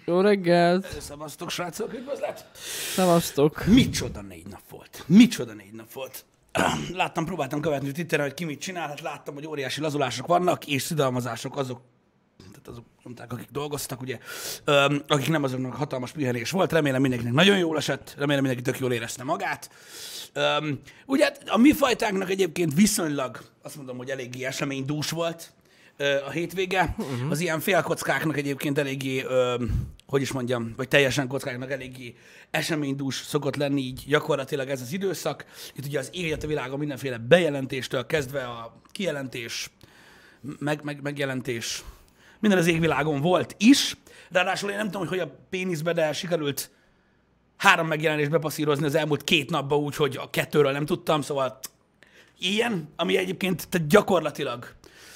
Jó reggelt! Szevasztok, srácok, üdvözlet! Szevasztok! Micsoda 4 nap volt. Micsoda 4 nap volt. Próbáltam követni Twitteren, hogy ki mit csinál, hát láttam, hogy óriási lazulások vannak, és szidalmazások azok mondták, akik dolgoztak, ugye, akik nem, azoknak hatalmas pihenés volt. Remélem mindenkinek nagyon jól esett, remélem mindenki tök jól érezte magát. Ugye a mi fajtánknak egyébként viszonylag, azt mondom, hogy eléggé eseménydús volt a hétvége. Az ilyen félkockáknak egyébként eléggé, hogy is mondjam, vagy teljesen kockáknak eléggé eseménydús szokott lenni így gyakorlatilag ez az időszak. Itt ugye az ég a világon mindenféle bejelentéstől kezdve a kijelentés, megjelentés, minden az égvilágon volt is. Ráadásul én nem tudom, hogy a péniszbe, de sikerült 3 megjelenést bepasszírozni az elmúlt 2 napban, úgyhogy a 2-ről nem tudtam, szóval ilyen, ami egyébként tehát gyakorlatilag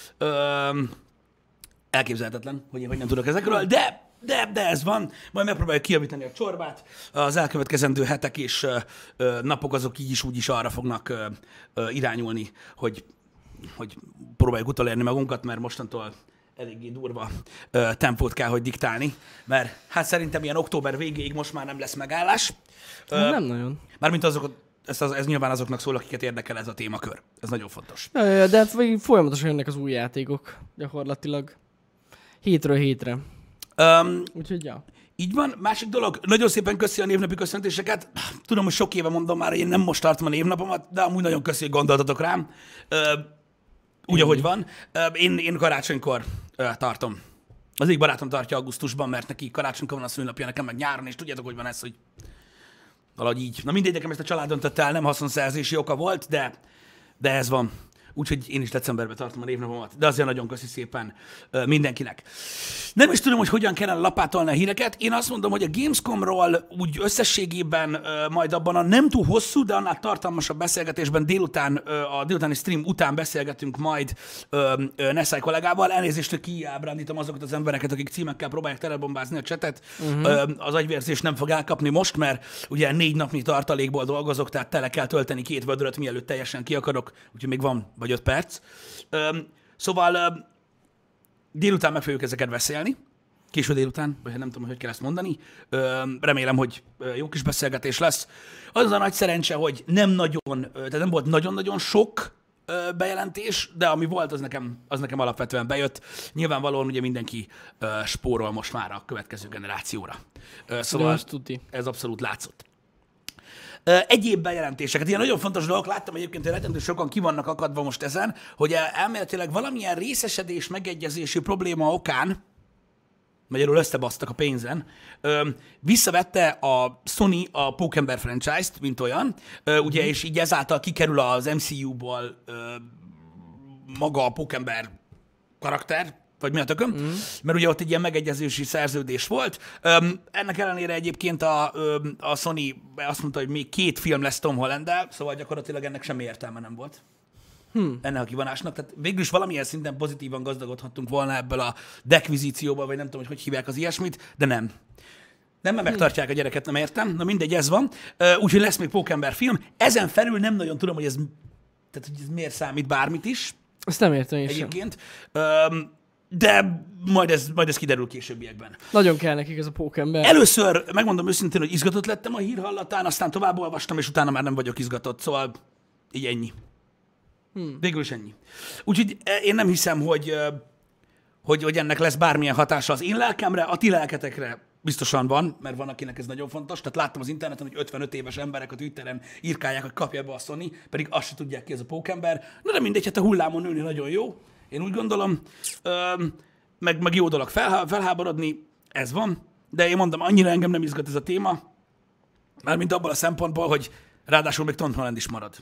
elképzelhetetlen, hogy én hogy nem tudok ezekről, de ez van. Majd megpróbáljuk kijavítani a csorbát. Az elkövetkezendő hetek és napok azok így is úgy is arra fognak irányulni, hogy próbáljuk utolérni magunkat, mert mostantól eléggé durva tempót kell, hogy diktálni, mert hát szerintem ilyen október végéig most már nem lesz megállás. Nem nagyon. Mármint azok, ez nyilván azoknak szól, akiket érdekel ez a témakör. Ez nagyon fontos. Ja, de folyamatosan jönnek az új játékok, gyakorlatilag. Hétről hétre. Úgyhogy ja. Így van. Másik dolog, nagyon szépen köszi a névnapi köszöntéseket. Tudom, hogy sok éve mondom már, hogy én nem most tartom a névnapomat, de amúgy nagyon köszi, hogy gondoltatok rám. Úgy, ahogy van. Én karácsonykor tartom. Az egyik barátom tartja augusztusban, mert neki karácsonykor van a szülnapja, nekem meg nyáron, és tudjátok, hogy van ez, hogy valahogy így. Na mindegy, nekem ezt a család döntötte el, nem haszonszerzési oka volt, de ez van. Úgyhogy én is decemberben tartom a névnapomat, de azért nagyon köszi szépen mindenkinek. Nem is tudom, hogy hogyan kellene lapátolni a híreket. Én azt mondom, hogy a Gamescomról úgy összességében majd abban a nem túl hosszú, de annál tartalmasabb beszélgetésben a délutáni stream után beszélgetünk majd Nessai kollégával. Elnézést, hogy kiábrándítom azokat az embereket, akik címekkel próbálják telebombázni a csetet. Az agyvérzés nem fog elkapni most, mert ugye 4 napnyi tartalékból dolgozok, tehát tele kell tölteni 2 vödröt, mielőtt teljesen ki akarok, úgyhogy még van vagy 5 perc. Szóval délután meg fogjuk ezeket beszélni. Késő délután, vagy nem tudom, hogy kell ezt mondani. Remélem, hogy jó kis beszélgetés lesz. Az a nagy szerencse, hogy nem volt nagyon-nagyon sok bejelentés, de ami volt, az nekem alapvetően bejött. Nyilvánvalóan ugye mindenki spórol most már a következő generációra. Szóval ez abszolút látszott. Egyéb bejelentéseket, ilyen nagyon fontos dolgok, láttam egyébként, hogy rettentő sokan ki vannak akadva most ezen, hogy elméletileg valamilyen részesedés megegyezési probléma okán, magyarul összebasztak a pénzen, visszavette a Sony a Pókember franchise-t, mint olyan, ugye, és így ezáltal kikerül az MCU-ból maga a Pókember karakter, vagy mi a tököm, mert ugye ott egy ilyen megegyezési szerződés volt. Ennek ellenére egyébként a Sony azt mondta, hogy még 2 film lesz Tom Hollanddel, szóval gyakorlatilag ennek semmi értelme nem volt. Ennek a kivonásnak. Tehát végül is valamilyen szinten pozitívan gazdagodhattunk volna ebből a dekvizícióból, vagy nem tudom, hogy hívják az ilyesmit, de nem. Nem, mert megtartják a gyereket, nem értem. Na mindegy, ez van. Úgyhogy lesz még Pókember film. Ezen felül nem nagyon tudom, hogy ez miért számít bármit is. Ezt nem értem én egyébként. De majd ez kiderül későbbiekben. Nagyon kell nekik ez a Pókember. Először, megmondom őszintén, hogy izgatott lettem a hír hallatán, aztán tovább olvastam, és utána már nem vagyok izgatott, szóval így ennyi. Végül is ennyi. Úgyhogy én nem hiszem, hogy ennek lesz bármilyen hatása az én lelkemre, a ti lelketekre biztosan van, mert van, akinek ez nagyon fontos. Tehát láttam az interneten, hogy 55 éves emberek a Twitteren írkálják, hogy kapja be a Sony, pedig azt se tudják ki ez a Pókember. Na de mindegy, hát a hullámon nőni nagyon jó. Én úgy gondolom, meg jó dolog felháborodni, ez van, de én mondom, annyira engem nem izgat ez a téma, mármint abban a szempontból, hogy ráadásul még Tom Holland is marad.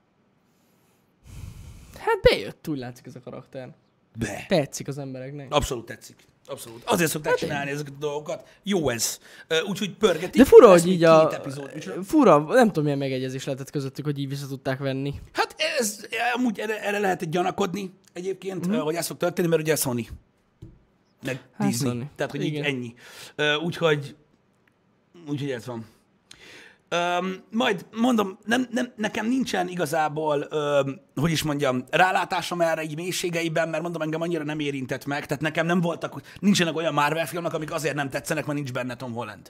Hát bejött, úgy látszik ez a karakter. Tetszik az embereknek. Abszolút tetszik. Abszolút. Azért szokták csinálni ezeket a dolgokat. Jó ez. Úgyhogy pörgetik. De fura, hogy így fura, nem tudom, milyen megegyezés lehetett közöttük, hogy így vissza tudták venni. Hát ez, amúgy erre lehet gyanakodni egyébként, hogy ez fog történni, mert ugye Sony. Meg Disney. Sony. Tehát, hogy így ennyi. Úgyhogy ez van. Majd mondom, nekem nincsen igazából, hogy is mondjam, rálátásom erre így mélységeiben, mert mondom, engem annyira nem érintett meg, tehát nekem nem voltak, nincsenek olyan Marvel filmek, amik azért nem tetszenek, mert nincs benne Tom Holland.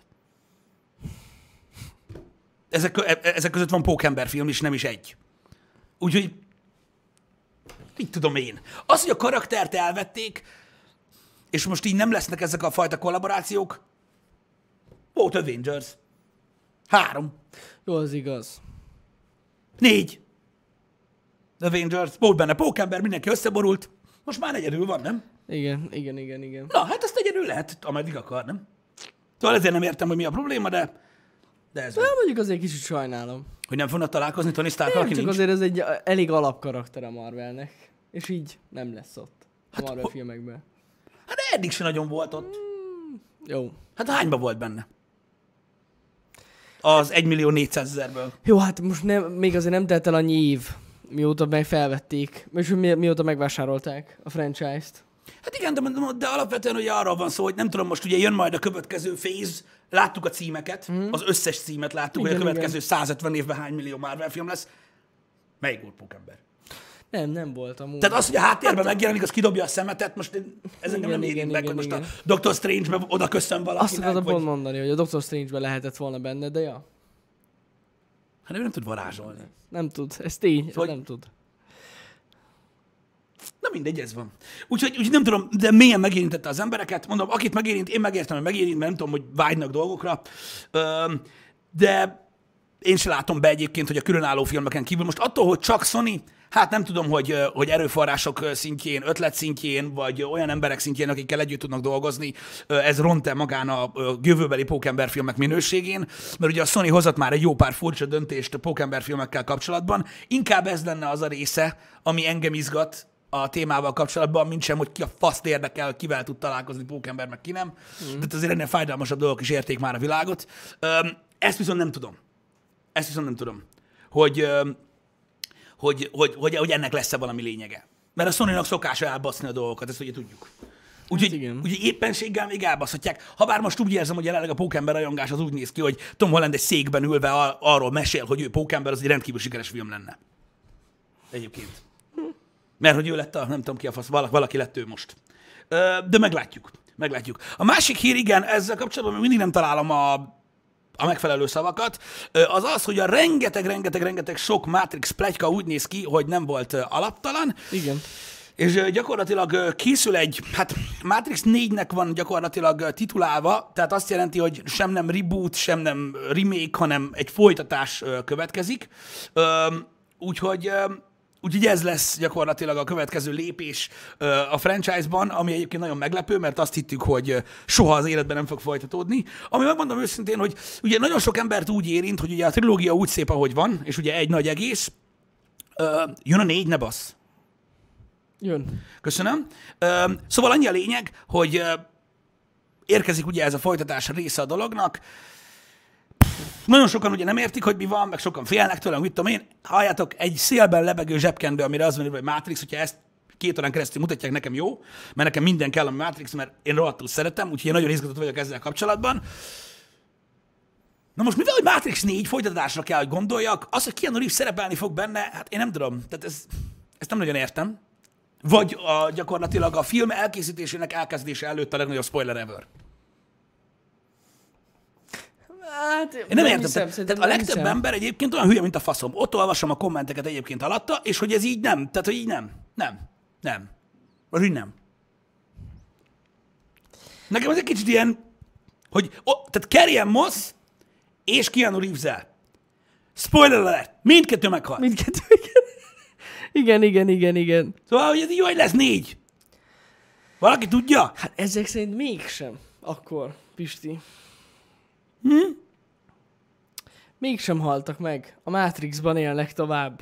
Ezek között van Pókember film is, nem is egy. Úgyhogy, így tudom én. Az, hogy a karaktert elvették, és most így nem lesznek ezek a fajta kollaborációk, volt Avengers. 3. Jó, az igaz. 4. Avengers, volt benne Pókember, mindenki összeborult. Most már egyedül van, nem? Igen. Na, hát azt egyedül lehet, ameddig akar, nem? Szóval ezért nem értem, hogy mi a probléma, de ez van. Mondjuk azért kicsit sajnálom. Hogy nem fognak találkozni Tony Stark-kal, aki Csak nincs. azért ez egy elég alapkarakter a Marvelnek. És így nem lesz ott a Marvel filmekben. Hát eddig se nagyon volt ott. Jó. Hát hányba volt benne? Az 1.400.000-ből. Jó, hát most még azért nem telt el annyi év, mióta meg felvették, és mióta megvásárolták a franchise-t. Hát igen, de alapvetően ugye arról van szó, hogy nem tudom, most ugye jön majd a következő phase, láttuk a címeket, az összes címet láttuk, Igen, hogy a következő 150 évben hány millió Marvel film lesz. Melyik volt Pókember? Nem volt amúgy. Tehát az, hogy a háttérben megjelenik, az kidobja a szemetet, most ez engem nem érint meg, hogy most a Doctor Strange-be oda köszön valakinek. Azt akartam pont mondani, hogy a Doctor Strange-ben lehetett volna benne, de ja. Hát ő nem tud varázsolni. Nem tud, ez tény, Szóval- nem tud. Na mindegy, ez van. Úgyhogy nem tudom, de mélyen megérintette az embereket. Mondom, akit megérint, én megértem, hogy megérint, mert nem tudom, hogy vágynak dolgokra. De én se látom be egyébként, hogy a különálló filmeken kívül. Most attól, hogy csak Sony, hát nem tudom, hogy erőforrások szintjén, ötlet szintjén, vagy olyan emberek szintjén, akikkel együtt tudnak dolgozni, ez ront-e magán a jövőbeli Pókember filmek minőségén, mert ugye a Sony hozott már egy jó pár furcsa döntést a Pókember filmekkel kapcsolatban. Inkább ez lenne az a része, ami engem izgat a témával kapcsolatban, mint sem, hogy ki a faszt érdekel, kivel tud találkozni Pókember, meg ki nem. Tehát azért ennél fájdalmasabb dolgok is érték már a világot. Ezt viszont nem tudom. Hogy ennek lesz-e valami lényege. Mert a Sony-nak szokása elbaszni a dolgokat, ezt ugye tudjuk. Úgyhogy éppenséggel még elbaszhatják. Habár most úgy érzem, hogy jelenleg a Pókember rajongás az úgy néz ki, hogy Tom Holland egy székben ülve arról mesél, hogy ő Pókember, az egy rendkívül sikeres film lenne. Egyébként. Mert hogy ő lett nem tudom ki a fasz, valaki lett ő most. De meglátjuk. A másik hír, igen, ezzel kapcsolatban mindig nem találom a megfelelő szavakat, az az, hogy a rengeteg sok Matrix pletyka úgy néz ki, hogy nem volt alaptalan. Igen. És gyakorlatilag készül hát Matrix 4-nek van gyakorlatilag titulálva, tehát azt jelenti, hogy sem nem reboot, sem nem remake, hanem egy folytatás következik. Úgyhogy ez lesz gyakorlatilag a következő lépés a franchise-ban, ami egyébként nagyon meglepő, mert azt hittük, hogy soha az életben nem fog folytatódni. Ami megmondom őszintén, hogy ugye nagyon sok embert úgy érint, hogy ugye a trilógia úgy szép, ahogy van, és ugye egy nagy egész. Jön a 4, ne bassz. Jön. Köszönöm. Szóval annyi a lényeg, hogy érkezik ugye ez a folytatás része a dolognak. Nagyon sokan ugye nem értik, hogy mi van, meg sokan félnek tőlem, mit tudom én. Halljátok, egy szélben lebegő zsebkendő, amire az van, hogy Matrix, hogyha ezt 2 órán keresztül mutatják, nekem jó, mert nekem minden kell, ami Matrix, mert én rohadtul szeretem, úgyhogy én nagyon izgatott vagyok ezzel kapcsolatban. Na most mivel, hogy Matrix 4 folytatásra kell, hogy gondoljak, az, hogy Keanu Reeves szerepelni fog benne, hát én nem tudom, tehát ezt nem nagyon értem. Vagy gyakorlatilag a film elkészítésének elkezdése előtt a legnagyobb spoiler ever. Hát, én nem értem. Tehát a legtöbb ember egyébként olyan hülye, mint a faszom. Ott olvasom a kommenteket egyébként alatta, és hogy ez így nem. Tehát, hogy így nem. Nem. Vagy így nem. Nekem ez egy kicsit ilyen, hogy tehát Carrie Ann Moss és Keanu Reeves-el. Spoiler alert! Mindkettő meghalt. Mindkettő, igen. Szóval, hogy ez így hogy lesz 4. Valaki tudja? Hát ezek szerint mégsem. Akkor, Pisti. Mégsem haltak meg. A Matrixban élnek tovább.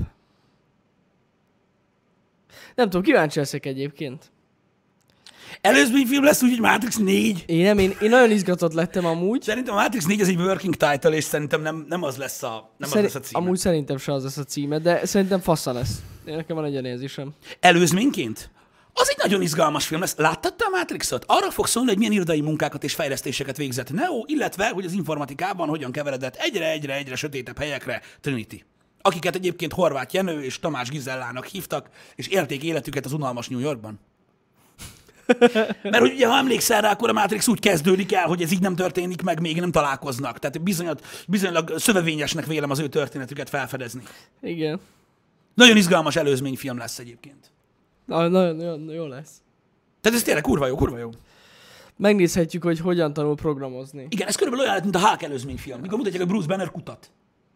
Nem tudom, kíváncsi leszek egyébként. Előzményfilm lesz úgy, hogy Matrix 4. Én nagyon izgatott lettem amúgy. Szerintem a Matrix 4 az egy working title, és szerintem nem az lesz a címe. Amúgy szerintem se az lesz a címe, de szerintem fassa lesz. Nekem van egy érzésem. Előzményként? Az egy nagyon izgalmas film lesz. Láttad te a Matrixot? Arra fog szólni, hogy milyen irodai munkákat és fejlesztéseket végzett Neo, illetve, hogy az informatikában hogyan keveredett egyre sötétebb helyekre Trinity. Akiket egyébként Horváth Jenő és Tamás Gizellának hívtak, és élték életüket az unalmas New Yorkban. Mert hogy ugye, ha emlékszel rá, akkor a Matrix úgy kezdődik el, hogy ez így nem történik meg, még nem találkoznak. Tehát bizonylag szövevényesnek vélem az ő történetüket felfedezni. Igen. Nagyon izgalmas előzményfilm lesz egyébként. Nagyon jó lesz. Tehát ez tényleg kurva jó. Megnézhetjük, hogy hogyan tanul programozni. Igen, ez körülbelül olyan, mint a Hulk előzményfilm, mikor mutatják, hogy Bruce Banner kutat.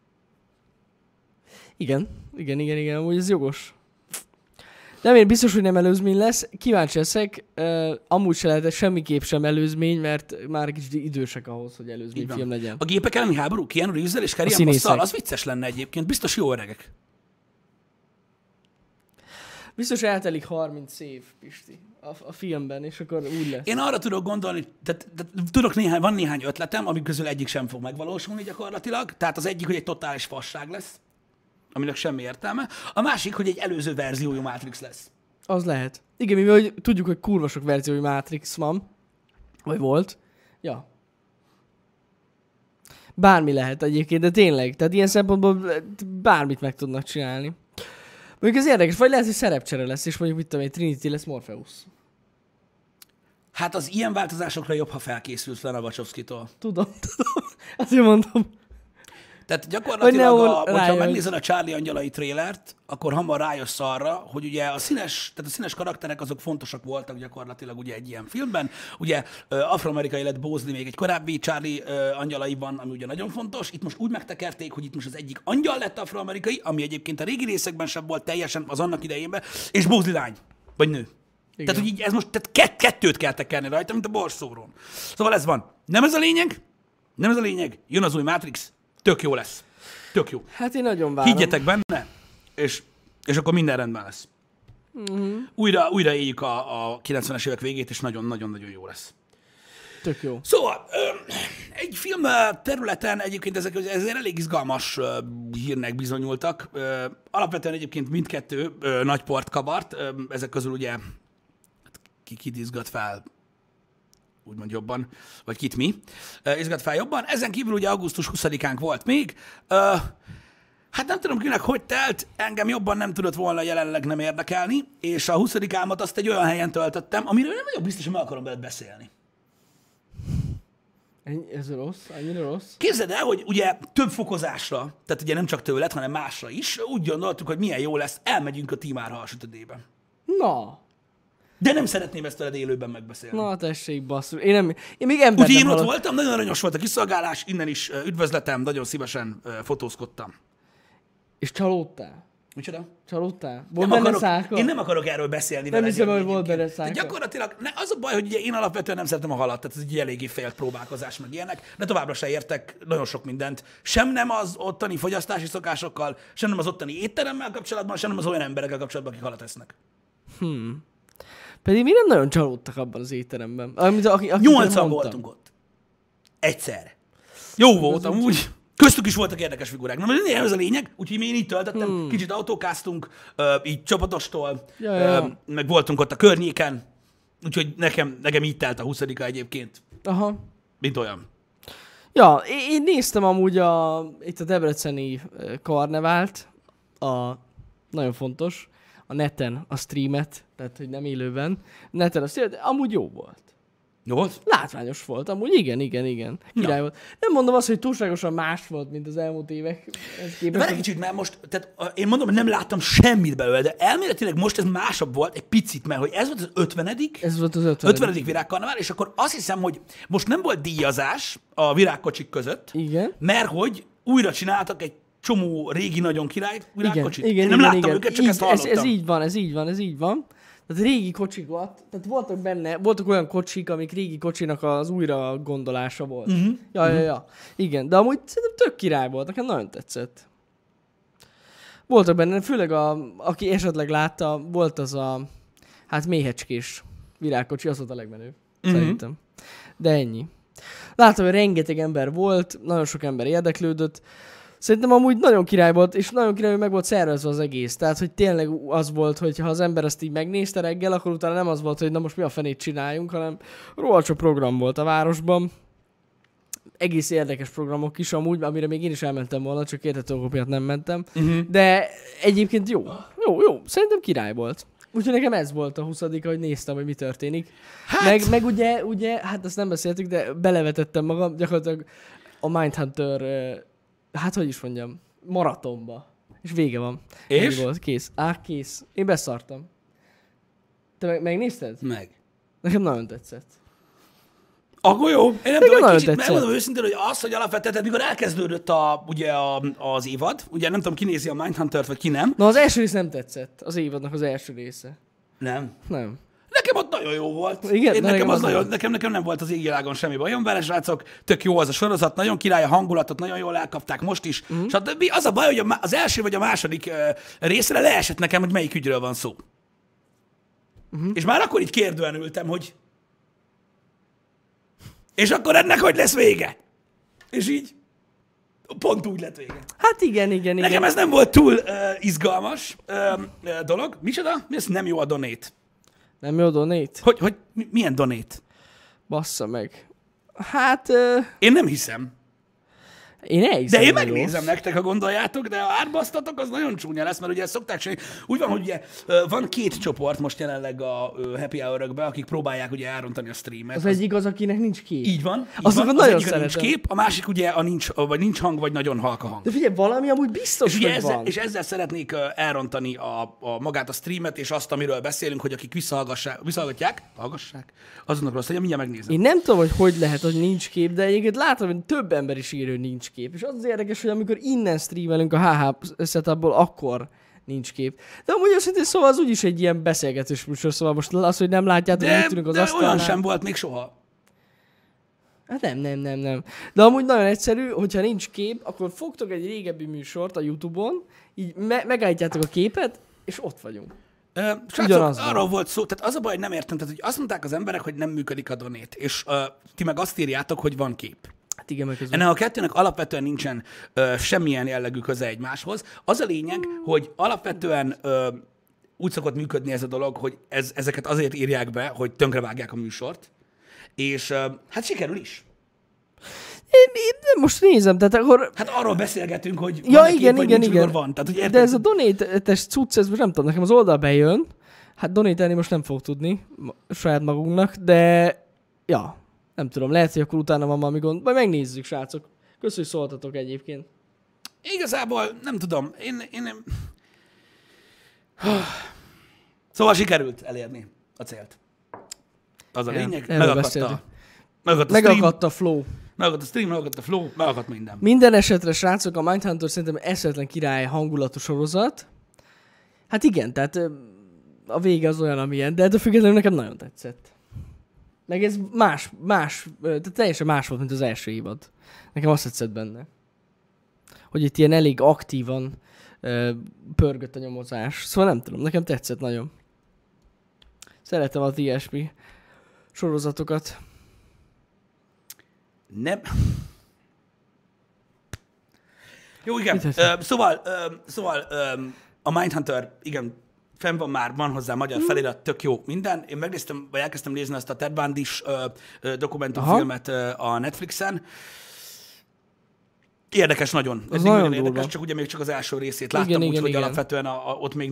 Igen, amúgy ez jogos. Nem, én biztos, hogy nem előzmény lesz. Kíváncsi leszek. Amúgy se lehet semmiképp sem előzmény, mert már kicsit idősek ahhoz, hogy előzményfilm legyen. A gépek elleni háború, Keanu Reeves-zel és Carrie Ann Moss-szal, az vicces lenne egyébként. Biztos jó öregek. Biztos eltelik 30 év, Pisti, a filmben, és akkor úgy lesz. Én arra tudok gondolni, tehát van néhány ötletem, amik közül egyik sem fog megvalósulni gyakorlatilag. Tehát az egyik, hogy egy totális fasság lesz, aminek semmi értelme. A másik, hogy egy előző verziójú Matrix lesz. Az lehet. Igen, mivel hogy tudjuk, hogy kurva sok verziójú Matrix van, vagy volt. Ja. Bármi lehet egyébként, de tényleg. Tehát ilyen szempontból bármit meg tudnak csinálni. Mondjuk ez érdekes, vagy lehet, hogy szerepcsere lesz, és mondjuk mit tudom én, Trinity lesz Morpheus. Hát az ilyen változásokra jobb, ha felkészült Lana Wachowskitól. Tudom. Azért mondom. Tehát gyakorlatilag, hogyha megnézed a Charlie angyalai trélert, akkor hamar rájössz arra, hogy ugye a színes karakterek azok fontosak voltak gyakorlatilag ugye egy ilyen filmben. Ugye afroamerikai lett Bosley még egy korábbi Charlie angyalaiban, ami ugye nagyon fontos. Itt most úgy megtekerték, hogy itt most az egyik angyal lett afroamerikai, ami egyébként a régi részekben sem volt teljesen az annak idejénben, és Bosley lány, vagy nő. Igen. Tehát, hogy így ez most kettőt kell tekerni rajta, mint a borszórón. Szóval ez van. Nem ez a lényeg. Jön az új Matrix. Tök jó lesz. Tök jó. Hát én nagyon várom. Higgyetek benne, és akkor minden rendben lesz. Mm-hmm. Újra éljük a 90-es évek végét, és nagyon-nagyon jó lesz. Tök jó. Szóval, egy film területen egyébként ezek elég izgalmas hírnek bizonyultak. Alapvetően egyébként mindkettő nagy port kabart. Ezek közül ugye kit izgat fel úgymond jobban, vagy kit mi izgat fel jobban. Ezen kívül ugye augusztus 20-án volt még. Hát nem tudom kinek, hogy telt, engem jobban nem tudott volna jelenleg nem érdekelni, és a 20-ámat azt egy olyan helyen töltöttem, amiről nem vagyok biztos, hogy meg akarom veled beszélni. Ez rossz? Annyira rossz? Képzeld el, hogy ugye több fokozásra, tehát ugye nem csak tőled, hanem másra is, úgy gondoltuk, hogy milyen jó lesz, elmegyünk a Tímár Halsütödébe. Na! De nem szeretném ezt veled élőben megbeszélni. Na, tessék, basszus. Én még ember úgyhogy én ott voltam, nagyon aranyos volt a kiszolgálás, innen is üdvözletem, nagyon szívesen fotózkodtam. És csalódtál? Micsoda? Csalódtál? Volt benne szálka? Én nem akarok erről beszélni. Nem hiszem, hogy volt benne szálka. Gyakorlatilag az a baj, hogy ugye én alapvetően nem szeretem a halat, tehát ez egy eléggé félt próbálkozás, meg ilyenek, de továbbra se értek nagyon sok mindent. Sem nem az ottani fogyasztási szokásokkal, sem nem az ottani étteremmel kapcsolatban, sem nem az olyan emberekkel kapcsolatban, akik halat esznek. Pedig mi nem nagyon csalódtak abban az étteremben. 8-an voltunk ott. Egyszer. Jó volt amúgy. Köztük is voltak érdekes figurák. Na, ez a lényeg, úgyhogy én így töltöttem, kicsit autókáztunk, így csapatostól, meg voltunk ott a környéken, úgyhogy nekem így telt a 20-a egyébként. Aha. Mint olyan. Ja, én néztem amúgy itt a debreceni karnevált, nagyon fontos, a neten a streamet, tehát hogy nem élőben, neten a streamet, de amúgy jó volt. Jó volt? Látványos volt, amúgy igen. Király volt. Nem mondom azt, hogy túlságosan más volt, mint az elmúlt évek. De várj kicsit, mert most, tehát én mondom, hogy nem láttam semmit belőle, de elméletileg most ez másabb volt egy picit, mert hogy ez volt az 50. Ez volt az 50. virágkarnevál, és akkor azt hiszem, hogy most nem volt díjazás a virágkocsik között, igen. Mert hogy újra csináltak egy csomó régi nagyon király virágkocsit. Igen, én nem láttam őket, csak ezt hallottam. Ez így van. Tehát régi kocsik volt, tehát voltak olyan kocsik, amik régi kocsinak az újra gondolása volt. Ja. Igen, de amúgy szerintem tök király volt, nekem nagyon tetszett. Voltak benne, főleg aki esetleg látta, volt az méhecskés virágkocsi, az volt a legmenőbb, szerintem. De ennyi. Láttam, hogy rengeteg ember volt, nagyon sok ember érdeklődött. Szerintem amúgy nagyon király volt, és nagyon király, hogy meg volt szervezve az egész. Tehát, hogy tényleg az volt, hogy ha az ember ezt így megnézte reggel, akkor utána nem az volt, hogy na most mi a fenét csináljunk, hanem rohadt sok program volt a városban. Egész érdekes programok is amúgy, amire még én is elmentem volna, csak értető okok miatt nem mentem. De egyébként jó. Szerintem király volt. Úgyhogy nekem ez volt a 20-a, hogy néztem, hogy mi történik. Hát... Meg ugye, hát azt nem beszéltük, de belevetettem magam gyakorlatilag a Mindhunter, hát hogy is mondjam, maratonba. És vége van. És? Volt, kész. Kész. Én beszartam. Te megnézted? Meg. Nekem nagyon tetszett. Akkor jó. Én nem tudom, hogy kicsit megmondom őszintén, hogy az, hogy alapvetően, tehát mikor elkezdődött az évad, ugye nem tudom, ki nézi a Mindhuntert, vagy ki nem. Na, az első rész nem tetszett. Az évadnak az első része. Nem. Nem. Nekem ott nagyon jó volt. Igen, Nekem nem volt az égvilágon semmi bajom vele, srácok. Tök jó az a sorozat, nagyon király a hangulatot, nagyon jól elkapták most is. Stb. Az a baj, hogy az első vagy a második részre leesett nekem, hogy melyik ügyről van szó. És már akkor így kérdően ültem, hogy és akkor ennek hogy lesz vége? És így pont úgy lett vége. Hát igen. Nekem ez nem volt túl izgalmas dolog. Micsoda? Ez nem jó a donate. Nem jó donate? Hogy milyen donate? Bassza meg. Hát... Én nem hiszem. Én elhiszem. De én megnézem nektek, ha gondoljátok, de ha átbasztatok, az nagyon csúnya lesz, mert ugye ezt szokták csinálni. Úgy van, hogy ugye van két csoport most jelenleg a Happy Hour-ökben, akik próbálják ugye elrontani a streamet. Az egyik az, akinek nincs kép. Így van. Azokat nagyon szeretem. Nincs kép, a másik ugye vagy nincs hang, vagy nagyon halka hang. De figyelj, valami amúgy biztos, és hogy van. És ezzel szeretnék elrontani magát a streamet, és azt, amiről beszélünk, hogy akik visszahallgatják, azonnak rossz, hogy mindjárt megnézem. Én nem tudom, hogy lehet, hogy nincs kép, de egyébként látom, hogy több ember is ír, hogy nincs kép. És az érdekes, hogy amikor innen streamelünk a HH setupból, akkor nincs kép. De amúgy őszintén szóval az úgyis egy ilyen beszélgetős műsor, szóval most az, hogy nem látjátok, hogy mit tűnünk az asztalnál. De olyan sem volt még soha. Hát nem. De amúgy nagyon egyszerű, hogyha nincs kép, akkor fogtok egy régebbi műsort a YouTube-on, így megállítjátok a képet, és ott vagyunk. Srácok, arról volt szó, tehát az a baj, hogy nem értem, tehát hogy azt mondták az emberek, hogy nem működik a donét, és ti meg azt írjátok, hogy van kép. Hát igen, ennek a kettőnek alapvetően nincsen semmilyen jellegű köze egymáshoz. Az a lényeg, hogy alapvetően úgy szokott működni ez a dolog, hogy ezeket azért írják be, hogy tönkrevágják a műsort, és hát sikerül is. Én most nézem, tehát akkor... Hát arról beszélgetünk, hogy ja, van igen, kép, igen, nincs, igen. Van. Tehát, hogy de ez a donate-es cucc, ez most nem tudom, nekem az oldal bejön, hát donate-elni most nem fog tudni saját magunknak, de ja, nem tudom, lehet, hogy akkor utána van valami gond, majd megnézzük, srácok. Köszönjük, hogy szóltatok egyébként. Igazából nem tudom, én... Szóval sikerült elérni a célt. Az a lényeg, megakadt a flow. Megakadt a stream, megakadt a flow, megakadt minden. Minden esetre, srácok, a Mindhunter szerintem eszvetlen király hangulatú sorozat. Hát igen, tehát a vége az olyan, amilyen, de ettől függetlenül nekem nagyon tetszett. Meg ez tehát teljesen más volt, mint az első évad. Nekem azt tetszett benne. Hogy itt ilyen elég aktívan pörgött a nyomozás. Szóval nem tudom, nekem tetszett nagyon. Szeretem az ilyesmi sorozatokat. Nem. Jó, igen. Szóval a Mindhunter, igen, fenn van hozzá magyar felirat, tök jó minden. Én megnéztem, vagy elkezdtem nézni azt a Ted Bundy-s dokumentumfilmet a Netflixen. Érdekes nagyon. Ez nagyon érdekes, csak ugye még csak az első részét láttam, úgyhogy alapvetően ott még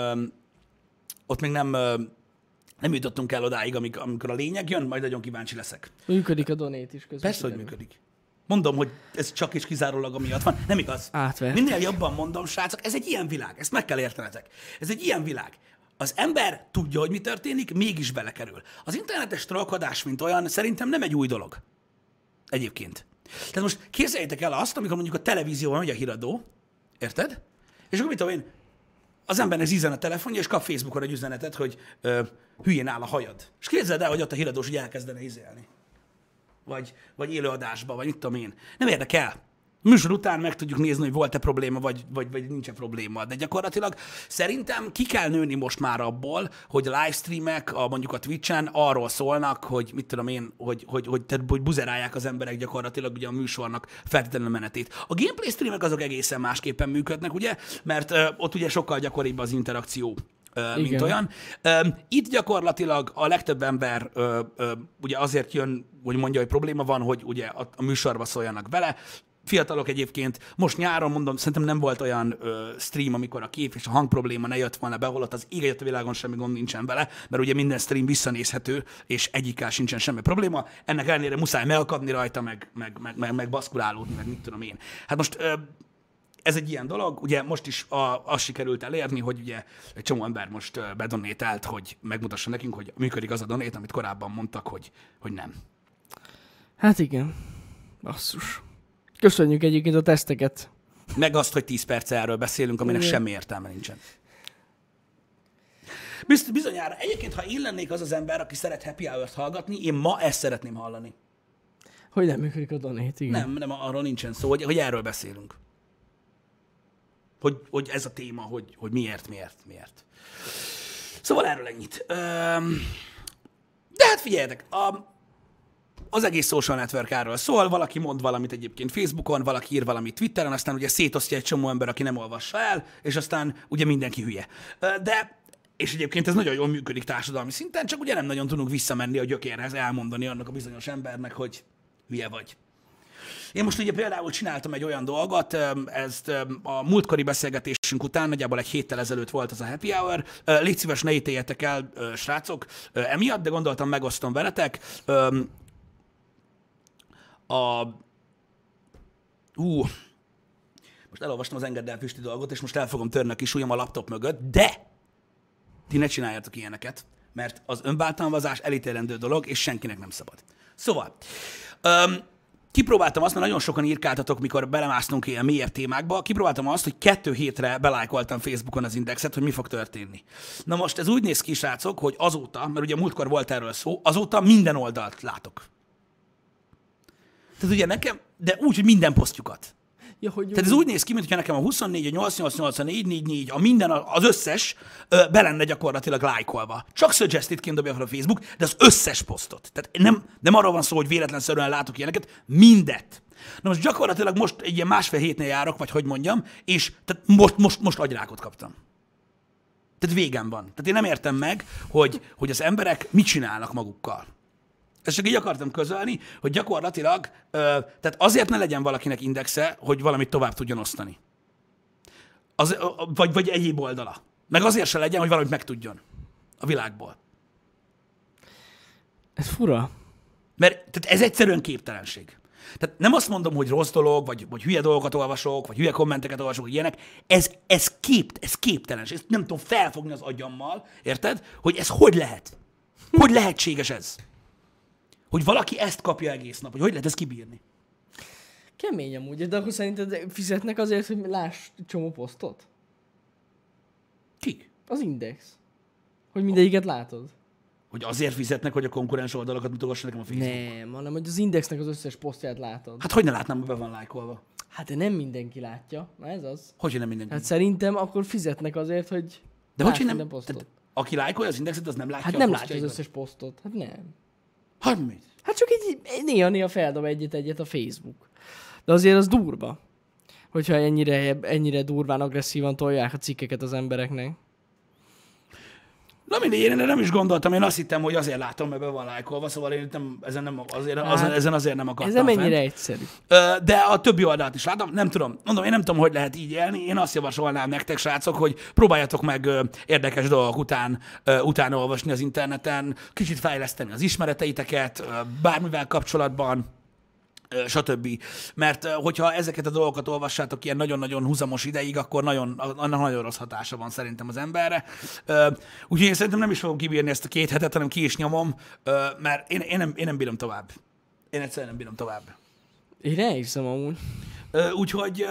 nem jutottunk el odáig, amikor a lényeg jön, majd nagyon kíváncsi leszek. Működik a donate is közben. Persze, hogy működik. Mondom, hogy ez csak és kizárólag amiatt van. Nem igaz. Átvert. Minél jobban mondom, srácok, ez egy ilyen világ. Ezt meg kell értenetek. Ez egy ilyen világ. Az ember tudja, hogy mi történik, mégis belekerül. Az internetes trollkodás, mint olyan, szerintem nem egy új dolog. Egyébként. Tehát most képzeljétek el azt, amikor mondjuk a televízióban megy a híradó, érted? És akkor mit tudom én, az embernek zízen a telefonja, és kap Facebookon egy üzenetet, hogy hülyén áll a hajad. És képzeld el, hogy ott a híradós, hogy elkezdene izélni. Vagy élőadásba, vagy mit tudom én. Nem érdekel. Műsor után meg tudjuk nézni, hogy volt-e probléma, vagy nincs-e probléma. De gyakorlatilag szerintem ki kell nőni most már abból, hogy a livestreamek, mondjuk a Twitch-en arról szólnak, hogy mit tudom én, hogy buzerálják az emberek gyakorlatilag ugye a műsornak feltétlenül menetét. A gameplay streamek azok egészen másképpen működnek, ugye? Mert ott ugye sokkal gyakoribb az interakció. Mint olyan. Itt gyakorlatilag a legtöbb ember ugye azért jön, hogy mondja, hogy probléma van, hogy ugye a műsorba szóljanak bele. Fiatalok egyébként, most nyáron mondom, szerintem nem volt olyan stream, amikor a kép és a hang probléma ne jött volna be, holott az ég egyet a világon semmi gond nincsen vele, mert ugye minden stream visszanézhető, és egyikkel sincsen semmi probléma. Ennek ellenére muszáj megakadni rajta, meg baszkurálódni, meg mit tudom én. Hát most ez egy ilyen dolog, ugye most is azt sikerült elérni, hogy ugye egy csomó ember most bedonétált, hogy megmutassa nekünk, hogy működik az a donét, amit korábban mondtak, hogy nem. Hát igen. Basszus. Köszönjük egyébként a teszteket. Meg azt, hogy 10 perc erről beszélünk, aminek semmi értelme nincsen. Bizonyára. Egyébként, ha én lennék az az ember, aki szeret Happy Hour-t hallgatni, én ma ezt szeretném hallani. Hogy nem működik a donét, igen. Nem, arról nincsen szó, hogy erről beszélünk. Hogy ez a téma, hogy miért. Szóval erről ennyit. De hát figyeljetek, az egész social network erről szól, valaki mond valamit egyébként Facebookon, valaki ír valamit Twitteren, aztán ugye szétosztja egy csomó ember, aki nem olvassa el, és aztán ugye mindenki hülye. És egyébként ez nagyon jól működik társadalmi szinten, csak ugye nem nagyon tudunk visszamenni a gyökérhez, elmondani annak a bizonyos embernek, hogy hülye vagy. Én most ugye például csináltam egy olyan dolgot, ezt a múltkori beszélgetésünk után, nagyjából egy héttel ezelőtt volt az a Happy Hour. Légy szíves, ne ítéljetek el, srácok, emiatt, de gondoltam, megosztom veletek. Most elolvastam az Engedd el Pisti dolgot, és most el fogom törni a kis ujjam a laptop mögött, de ti ne csináljátok ilyeneket, mert az önbántalmazás elítélendő dolog, és senkinek nem szabad. Szóval, kipróbáltam azt, mert nagyon sokan írkáltatok, mikor belemásztunk ilyen mélyebb témákba, kipróbáltam azt, hogy 2 hétre belájkoltam Facebookon az Indexet, hogy mi fog történni. Na most ez úgy néz ki, srácok, hogy azóta, mert ugye múltkor volt erről szó, azóta minden oldalt látok. Tehát ugye nekem, de úgy, hogy minden posztjukat. Ja, hogy tehát ez úgy néz ki, mintha nekem a 24, a 88, a 444, a minden, az összes be lenne gyakorlatilag lájkolva. Csak suggested-ként dobja fel a Facebook, de az összes posztot. Tehát nem arról van szó, hogy véletlenszerűen látok ilyeneket, mindet. Na most gyakorlatilag most egy ilyen másfél hétnél járok, vagy hogy mondjam, és tehát most agyrákot kaptam. Tehát végem van. Tehát én nem értem meg, hogy az emberek mit csinálnak magukkal. Ezt csak így akartam közölni, hogy gyakorlatilag, tehát azért ne legyen valakinek indexe, hogy valamit tovább tudjon osztani. Vagy egyéb oldala. Meg azért se legyen, hogy valamit megtudjon a világból. Ez fura. Mert tehát ez egyszerűen képtelenség. Tehát nem azt mondom, hogy rossz dolog, vagy hülye dolgokat olvasok, vagy hülye kommenteket olvasok, hogy ilyenek. Ez képtelenség. Ezt nem tudom felfogni az agyammal, érted? Hogy ez hogy lehet? Hogy lehetséges ez? Hogy valaki ezt kapja egész nap, hogy lehet ezt kibírni. Kemény amúgy, de akkor szerinted fizetnek azért, hogy láss csomó posztot? Kik? Az Index. Hogy mindegyiket látod. Hogy azért fizetnek, hogy a konkurens oldalakat mutogass nekem a Facebookon? Nem, hanem hogy az Indexnek az összes posztját látod. Hát hogy ne látnám, hogy be van lájkolva? Hát de nem mindenki látja. Na ez az. Hogy nem mindenki? Hát szerintem akkor fizetnek azért, hogy de hogy minden posztot. Tehát, aki lájkolja az Indexet, az nem látja hát a nem látja az összes posztot. Hát nem. Hát mit? Hát csak így néha feldob egyet a Facebook. De azért az durva. Hogyha ennyire durván, agresszívan tolják a cikkeket az embereknek. Na mindegy, én nem is gondoltam, én azt hittem, hogy azért látom, mert be van lájkolva, szóval én ezen azért nem akartam. Ez nem ennyire egyszerű. De a többi oldalt is látom, nem tudom. Mondom, én nem tudom, hogy lehet így élni. Én azt javasolnám nektek, srácok, hogy próbáljatok meg érdekes dolgok után olvasni az interneten, kicsit fejleszteni az ismereteiteket, bármivel kapcsolatban, stb. Mert hogyha ezeket a dolgokat olvassátok ilyen nagyon-nagyon húzamos ideig, akkor nagyon rossz hatása van szerintem az emberre. Úgyhogy én szerintem nem is fogom kibírni ezt a 2 hetet, hanem ki is nyomom, mert én nem bírom tovább. Én egyszerűen nem bírom tovább. Én elhiszem amúgy. Úgyhogy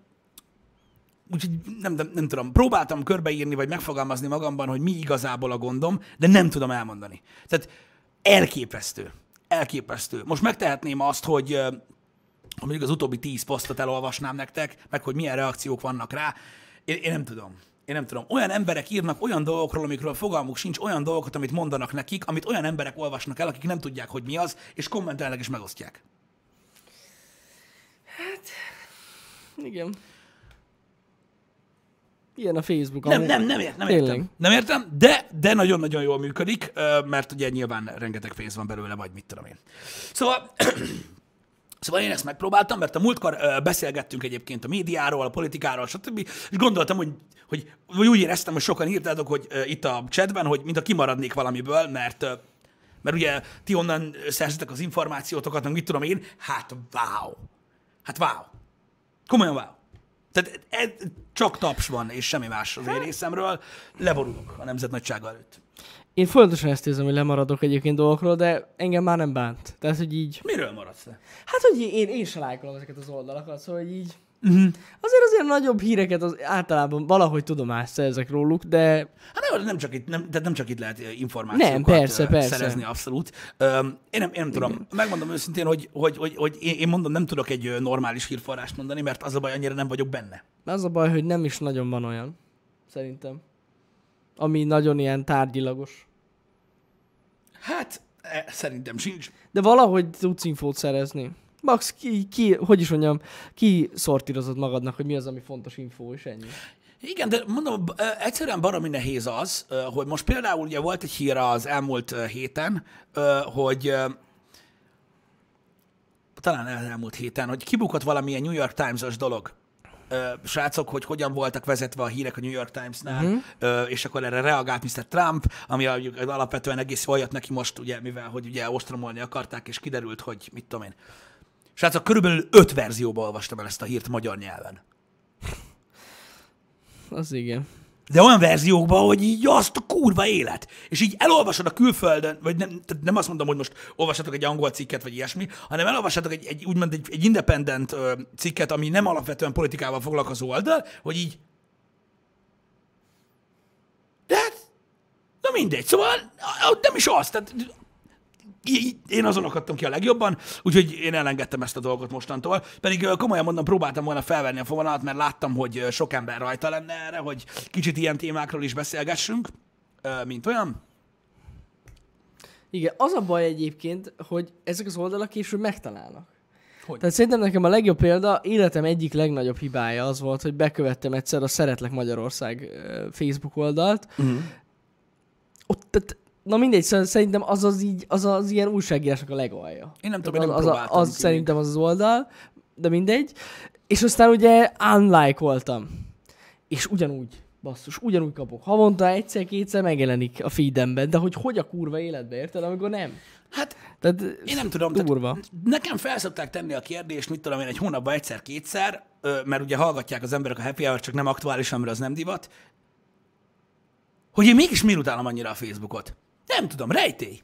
nem tudom. Próbáltam körbeírni, vagy megfogalmazni magamban, hogy mi igazából a gondom, de nem tudom elmondani. Tehát elképesztő. Elképesztő. Most megtehetném azt, hogy ha mondjuk az utóbbi 10 posztot elolvasnám nektek, meg hogy milyen reakciók vannak rá, én nem tudom. Én nem tudom. Olyan emberek írnak olyan dolgokról, amikről fogalmuk sincs, olyan dolgokat, amit mondanak nekik, amit olyan emberek olvasnak el, akik nem tudják, hogy mi az, és kommentelnek és megosztják. Hát, igen. Ilyen a Facebook. Nem értem. Nem értem, de nagyon-nagyon jól működik, mert ugye nyilván rengeteg pénz van belőle, vagy mit tudom én. Szóval én ezt megpróbáltam, mert a múltkor beszélgettünk egyébként a médiáról, a politikáról, stb. És gondoltam, hogy úgy éreztem, hogy sokan írtátok, hogy itt a chatben, hogy mintha kimaradnék valamiből, mert ugye ti onnan szerzitek az információtokat, meg mit tudom én, hát wow. Komolyan wow. Tehát csak taps van, és semmi más az én részemről. Leborulok a nemzet nagysága előtt. Én folyamatosan ezt érzem, hogy lemaradok egyébként dolgokról, de engem már nem bánt. Tehát, hogy így... Miről maradsz le? Hát, hogy én se lájkolom ezeket az oldalakat, szóval hogy így... Azért nagyobb híreket általában valahogy tudomást szerzek róluk, de... Hát nem csak itt lehet információkat szerezni, abszolút. Én nem tudom. Megmondom őszintén, hogy én mondom, nem tudok egy normális hírforrást mondani, mert az a baj, annyira nem vagyok benne. Az a baj, hogy nem is nagyon van olyan, szerintem. Ami nagyon ilyen tárgyilagos. Hát, szerintem sincs. De valahogy tudsz infót szerezni. Max, ki szortírozod magadnak, hogy mi az, ami fontos infó, és ennyi. Igen, de mondom, egyszerűen baromi nehéz az, hogy most például ugye volt egy hír az elmúlt héten, hogy talán elmúlt héten, hogy kibukott valamilyen New York Times-os dolog. Srácok, hogy hogyan voltak vezetve a hírek a New York Times-nál, és akkor erre reagált Mr. Trump, ami alapvetően egész jól jött neki most, ugye, mivel hogy ugye ostromolni akarták, és kiderült, hogy mit tudom én. Srácok, körülbelül 5 verzióban olvastam el ezt a hírt magyar nyelven. Az igen. De olyan verziókban, hogy így azt a kurva élet. És így elolvasod a külföldön, vagy nem azt mondom, hogy most olvassatok egy angol cikket, vagy ilyesmi, hanem elolvassatok egy independent cikket, ami nem alapvetően politikával foglalkozó oldal, hogy így... De hát, na mindegy, szóval nem is az, tehát én azon akadtam ki a legjobban, úgyhogy én elengedtem ezt a dolgot mostantól. Pedig komolyan mondom, próbáltam volna felvenni a fonalat, mert láttam, hogy sok ember rajta lenne erre, hogy kicsit ilyen témákról is beszélgessünk, mint olyan. Igen, az a baj egyébként, hogy ezek az oldalak később megtalálnak. Hogy? Tehát szerintem nekem a legjobb példa, életem egyik legnagyobb hibája az volt, hogy bekövettem egyszer a Szeretlek Magyarország Facebook oldalt. Ott, na mindegy, szerintem az az ilyen újságírásnak a legalja. Én nem tudom, én nem próbáltam. Az szerintem az oldal, de mindegy. És aztán ugye unlike-oltam. És ugyanúgy kapok. Havonta egyszer-kétszer megjelenik a feedemben, de hogy a kurva életbe, érted, amikor nem? Hát, tehát, én nem tudom. Tehát nekem felszokták tenni a kérdést, mit tudom én, egy hónapban egyszer-kétszer, mert ugye hallgatják az emberek a happy hour, csak nem aktuális, amire az nem divat, hogy én mégis miért utálom annyira a Facebookot. Nem tudom, rejtély.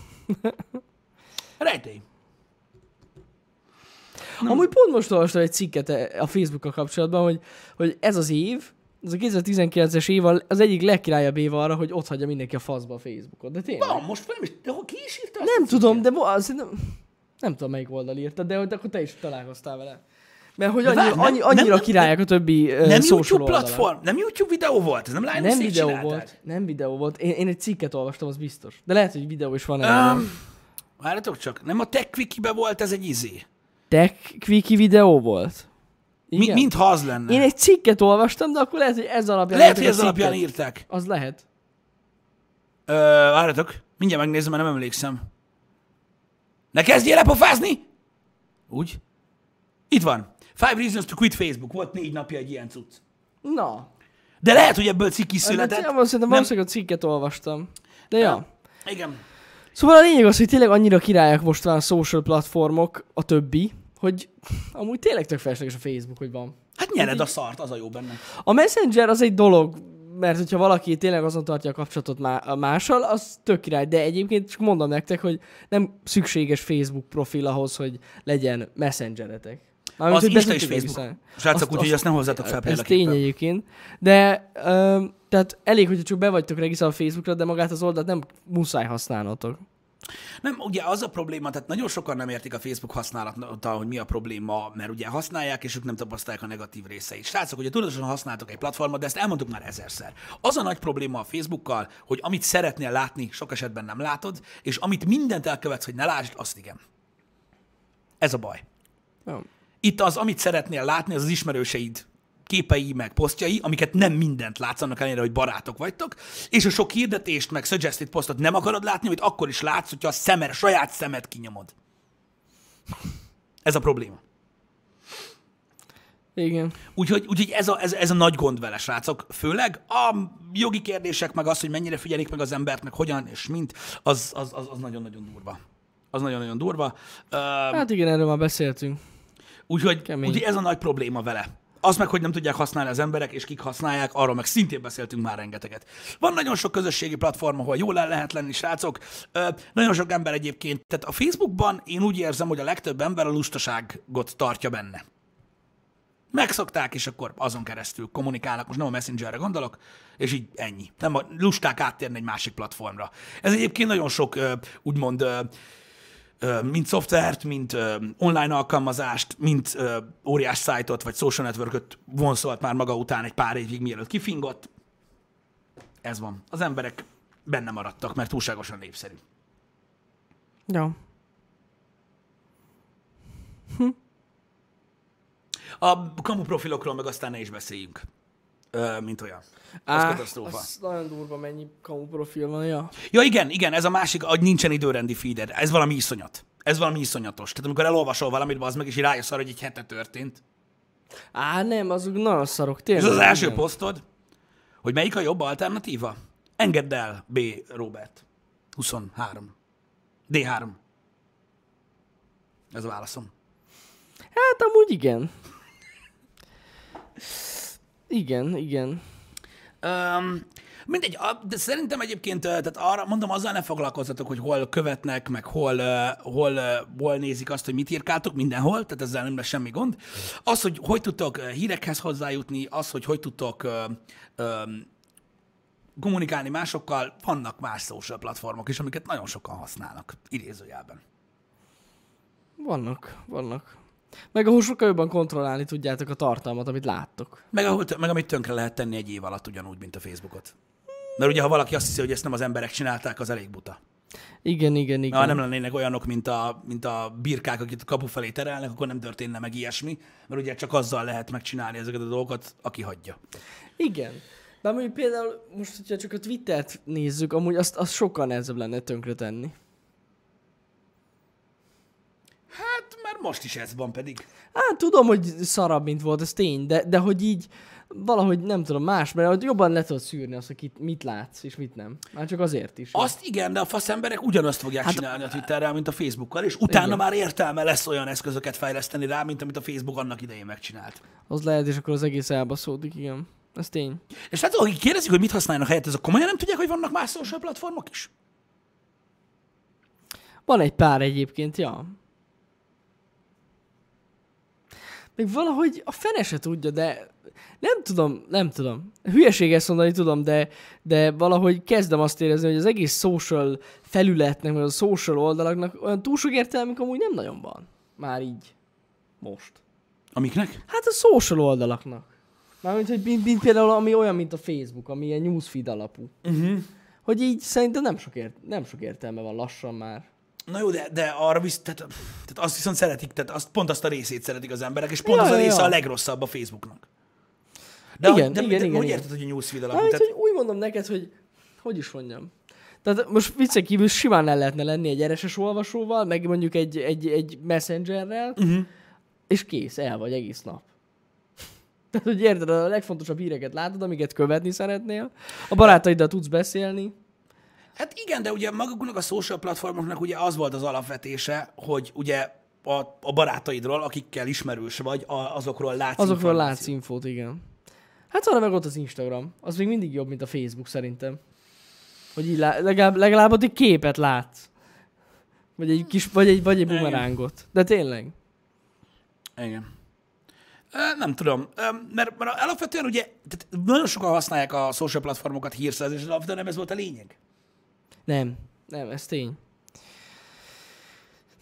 Amúgy pont most olvastam egy cikket a Facebookkal kapcsolatban, hogy ez az év, ez a 2019-es év az egyik legkirályabb év arra, hogy ott hagyja mindenki a faszba a Facebookot. De tényleg. Na, most nem is, de ki is írta? Nem tudom, de nem tudom, melyik oldal írta, de akkor te is találkoztál vele. Mert hogy annyira királyak a többi social oldalak. Nem YouTube videó volt? Ez nem Linus Nem videó volt. Én egy cikket olvastam, az biztos. De lehet, hogy videó is van erre. Várjatok csak, nem a TechQuickie-be volt ez egy izé? TechQuickie videó volt? Mintha az lenne. Én egy cikket olvastam, de akkor lehet, hogy ez alapján... Lehet, hogy ez alapján írták. Az lehet. Várjatok, mindjárt megnézem, mert nem emlékszem. Ne kezdjél lepofázni! Úgy? Itt van. 5 Reasons to Quit Facebook. Volt 4 napja egy ilyen cucc. Na. De lehet, hogy ebből cikk is született. Szerintem valószínűleg a cikket olvastam. De ja. Igen. Szóval a lényeg az, hogy tényleg annyira királyak most van a social platformok, a többi, hogy amúgy tényleg tök felesleges a Facebook, hogy van. Hát nyered a szart, az a jó benne. A Messenger az egy dolog, mert hogyha valaki tényleg azon tartja a kapcsolatot mással, az tök király. De egyébként csak mondom nektek, hogy nem szükséges Facebook profil ahhoz, hogy legyen Messengeretek. Az Insta és Facebook. Srácok, úgyhogy azt nem hozzátok fel példaképpen. Ez tény egyébként. De tehát elég, hogyha csak be vagytok regisztrálva a Facebookra, de magát az oldalt nem muszáj használnotok. Nem, ugye az a probléma, tehát nagyon sokan nem értik a Facebook használattal, hogy mi a probléma, mert ugye használják, és ők nem tapasztalják a negatív részeit. Srácok, ugye tudatosan használtok egy platformot, de ezt elmondtuk már ezerszer. Az a nagy probléma a Facebookkal, hogy amit szeretnél látni, sok esetben nem látod, és amit mindent elkövetsz, hogy ne lásd, azt igen. Ez a baj. Ja. Itt az, amit szeretnél látni, az az ismerőseid képei, meg posztjai, amiket nem mindent látsz, annak ellenére, hogy barátok vagytok, és a sok hirdetést, meg suggested posztot nem akarod látni, amit akkor is látsz, hogyha a saját szemed kinyomod. Ez a probléma. Igen. Úgyhogy ez a nagy gond vele, srácok. Főleg a jogi kérdések, meg az, hogy mennyire figyelik meg az embert, meg hogyan és mint, az nagyon-nagyon durva. Az nagyon-nagyon durva. Hát igen, erről már beszéltünk. Úgyhogy ez a nagy probléma vele. Az meg, hogy nem tudják használni az emberek, és kik használják, arról meg szintén beszéltünk már rengeteget. Van nagyon sok közösségi platform, ahol jól el lehet lenni, srácok. Nagyon sok ember egyébként, tehát a Facebookban én úgy érzem, hogy a legtöbb ember a lustaságot tartja benne. Megszokták, és akkor azon keresztül kommunikálnak, most nem a Messengerre gondolok, és így ennyi. Nem a lusták áttérni egy másik platformra. Ez egyébként nagyon sok, úgymond, mint szoftvert, mint online alkalmazást, mint óriás szájtot, vagy social networköt vonszolt már maga után egy pár évig, mielőtt kifingott. Ez van. Az emberek benne maradtak, mert túlságosan népszerű. Ja. A kamu profilokról meg aztán ne is beszéljünk, mint olyan. Az katasztrófa. Az nagyon durva, mennyi kamu profil van, ja. Ja, igen, ez a másik, hogy nincsen időrendi feeded. Ez valami iszonyat. Ez valami iszonyatos. Tehát amikor elolvasol valamit, az meg is így rájössz arra, hogy egy hete történt. Nem, azok nagyon szarok, tényleg. Ez az első posztod, hogy melyik a jobb alternatíva? Engedd el, B. Robert. 23. D3. Ez a válaszom. Hát amúgy igen. Igen. Mindegy, de szerintem egyébként, tehát arra mondom, azzal ne foglalkozzatok, hogy hol követnek, meg hol nézik azt, hogy mit írkáltok, mindenhol, tehát ezzel nem lesz semmi gond. Az, hogy tudtok hírekhez hozzájutni, az, hogy tudtok kommunikálni másokkal, vannak más social platformok is, amiket nagyon sokan használnak, idézőjelben. Vannak. Meg ahol sokkal jobban kontrollálni tudjátok a tartalmat, amit láttok. Meg amit tönkre lehet tenni egy év alatt ugyanúgy, mint a Facebookot. Mert ugye, ha valaki azt hiszi, hogy ezt nem az emberek csinálták, az elég buta. Igen. Ha nem lennének olyanok, mint a birkák, akik a kapu felé terelnek, akkor nem történne meg ilyesmi, mert ugye csak azzal lehet megcsinálni ezeket a dolgokat, aki hagyja. Igen. De amúgy például most, hogyha csak a Twittert nézzük, amúgy azt sokkal nehezebb lenne tönkre tenni. Hát, már most is ez van pedig. Hát tudom, hogy szarabb, mint volt, ez tény, de hogy így valahogy nem tudom, más, mert jobban le tudod szűrni azt, hogy mit látsz, és mit nem. Már csak azért is. Azt igen, de a fasz emberek ugyanazt fogják csinálni a Twitterrel, mint a Facebookkal, és utána igen. Már értelme lesz olyan eszközöket fejleszteni rá, mint amit a Facebook annak idején megcsinált. Az lehet, és akkor az egész elbaszódik, igen. Ez tény. És hát akik kérdezik, hogy mit használnak helyett, azok komolyan nem tudják, hogy vannak más social platformok is? Van egy pár egyébként, ja. Még valahogy a fene se tudja, de nem tudom. Hülyeség ezt mondani, tudom, de valahogy kezdem azt érezni, hogy az egész social felületnek, vagy a social oldalaknak olyan túl sok értelmük amúgy nem nagyon van. Már így. Most. Amiknek? Hát a social oldalaknak. Mármint, hogy mint például ami olyan, mint a Facebook, ami ilyen newsfeed alapú. Uh-huh. Hogy így szerintem nem sok értelme van lassan már. Na jó, de arra tehát azt viszont szeretik, tehát pont azt a részét szeretik az emberek, és pont az a része a legrosszabb a Facebooknak. De igen. Hogy érted, hogy a newsfeed alapú? Hát, hogy úgy mondom neked, hogy is mondjam. Tehát most viccen kívül simán el lehetne lenni egy RSS olvasóval, meg mondjuk egy messengerrel, és kész, el vagy egész nap. Tehát, hogy érted, a legfontosabb híreket látod, amiket követni szeretnél, a barátaiddal tudsz beszélni. Hát igen, de ugye maguknak a social platformoknak ugye az volt az alapvetése, hogy ugye a barátaidról, akikkel ismerős vagy, azokról látsz infót, igen. Hát arra meg ott az Instagram. Az még mindig jobb, mint a Facebook szerintem. Hogy így legalább ott egy képet látsz. Vagy egy kis, vagy egy bumerángot. De tényleg. Igen. Nem tudom, mert alapvetően ugye nagyon sokan használják a social platformokat hírszerzésre, alapvetően nem ez volt a lényeg. Nem, ez tény.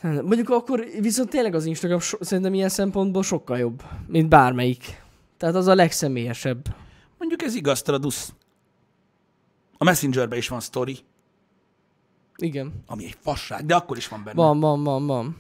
Mondjuk akkor viszont tényleg az Instagram szerintem ilyen szempontból sokkal jobb, mint bármelyik. Tehát az a legszemélyesebb. Mondjuk ez igaz, tradusz. A Messengerben is van sztori, Igen. ami egy fasság, de akkor is van benne. Van.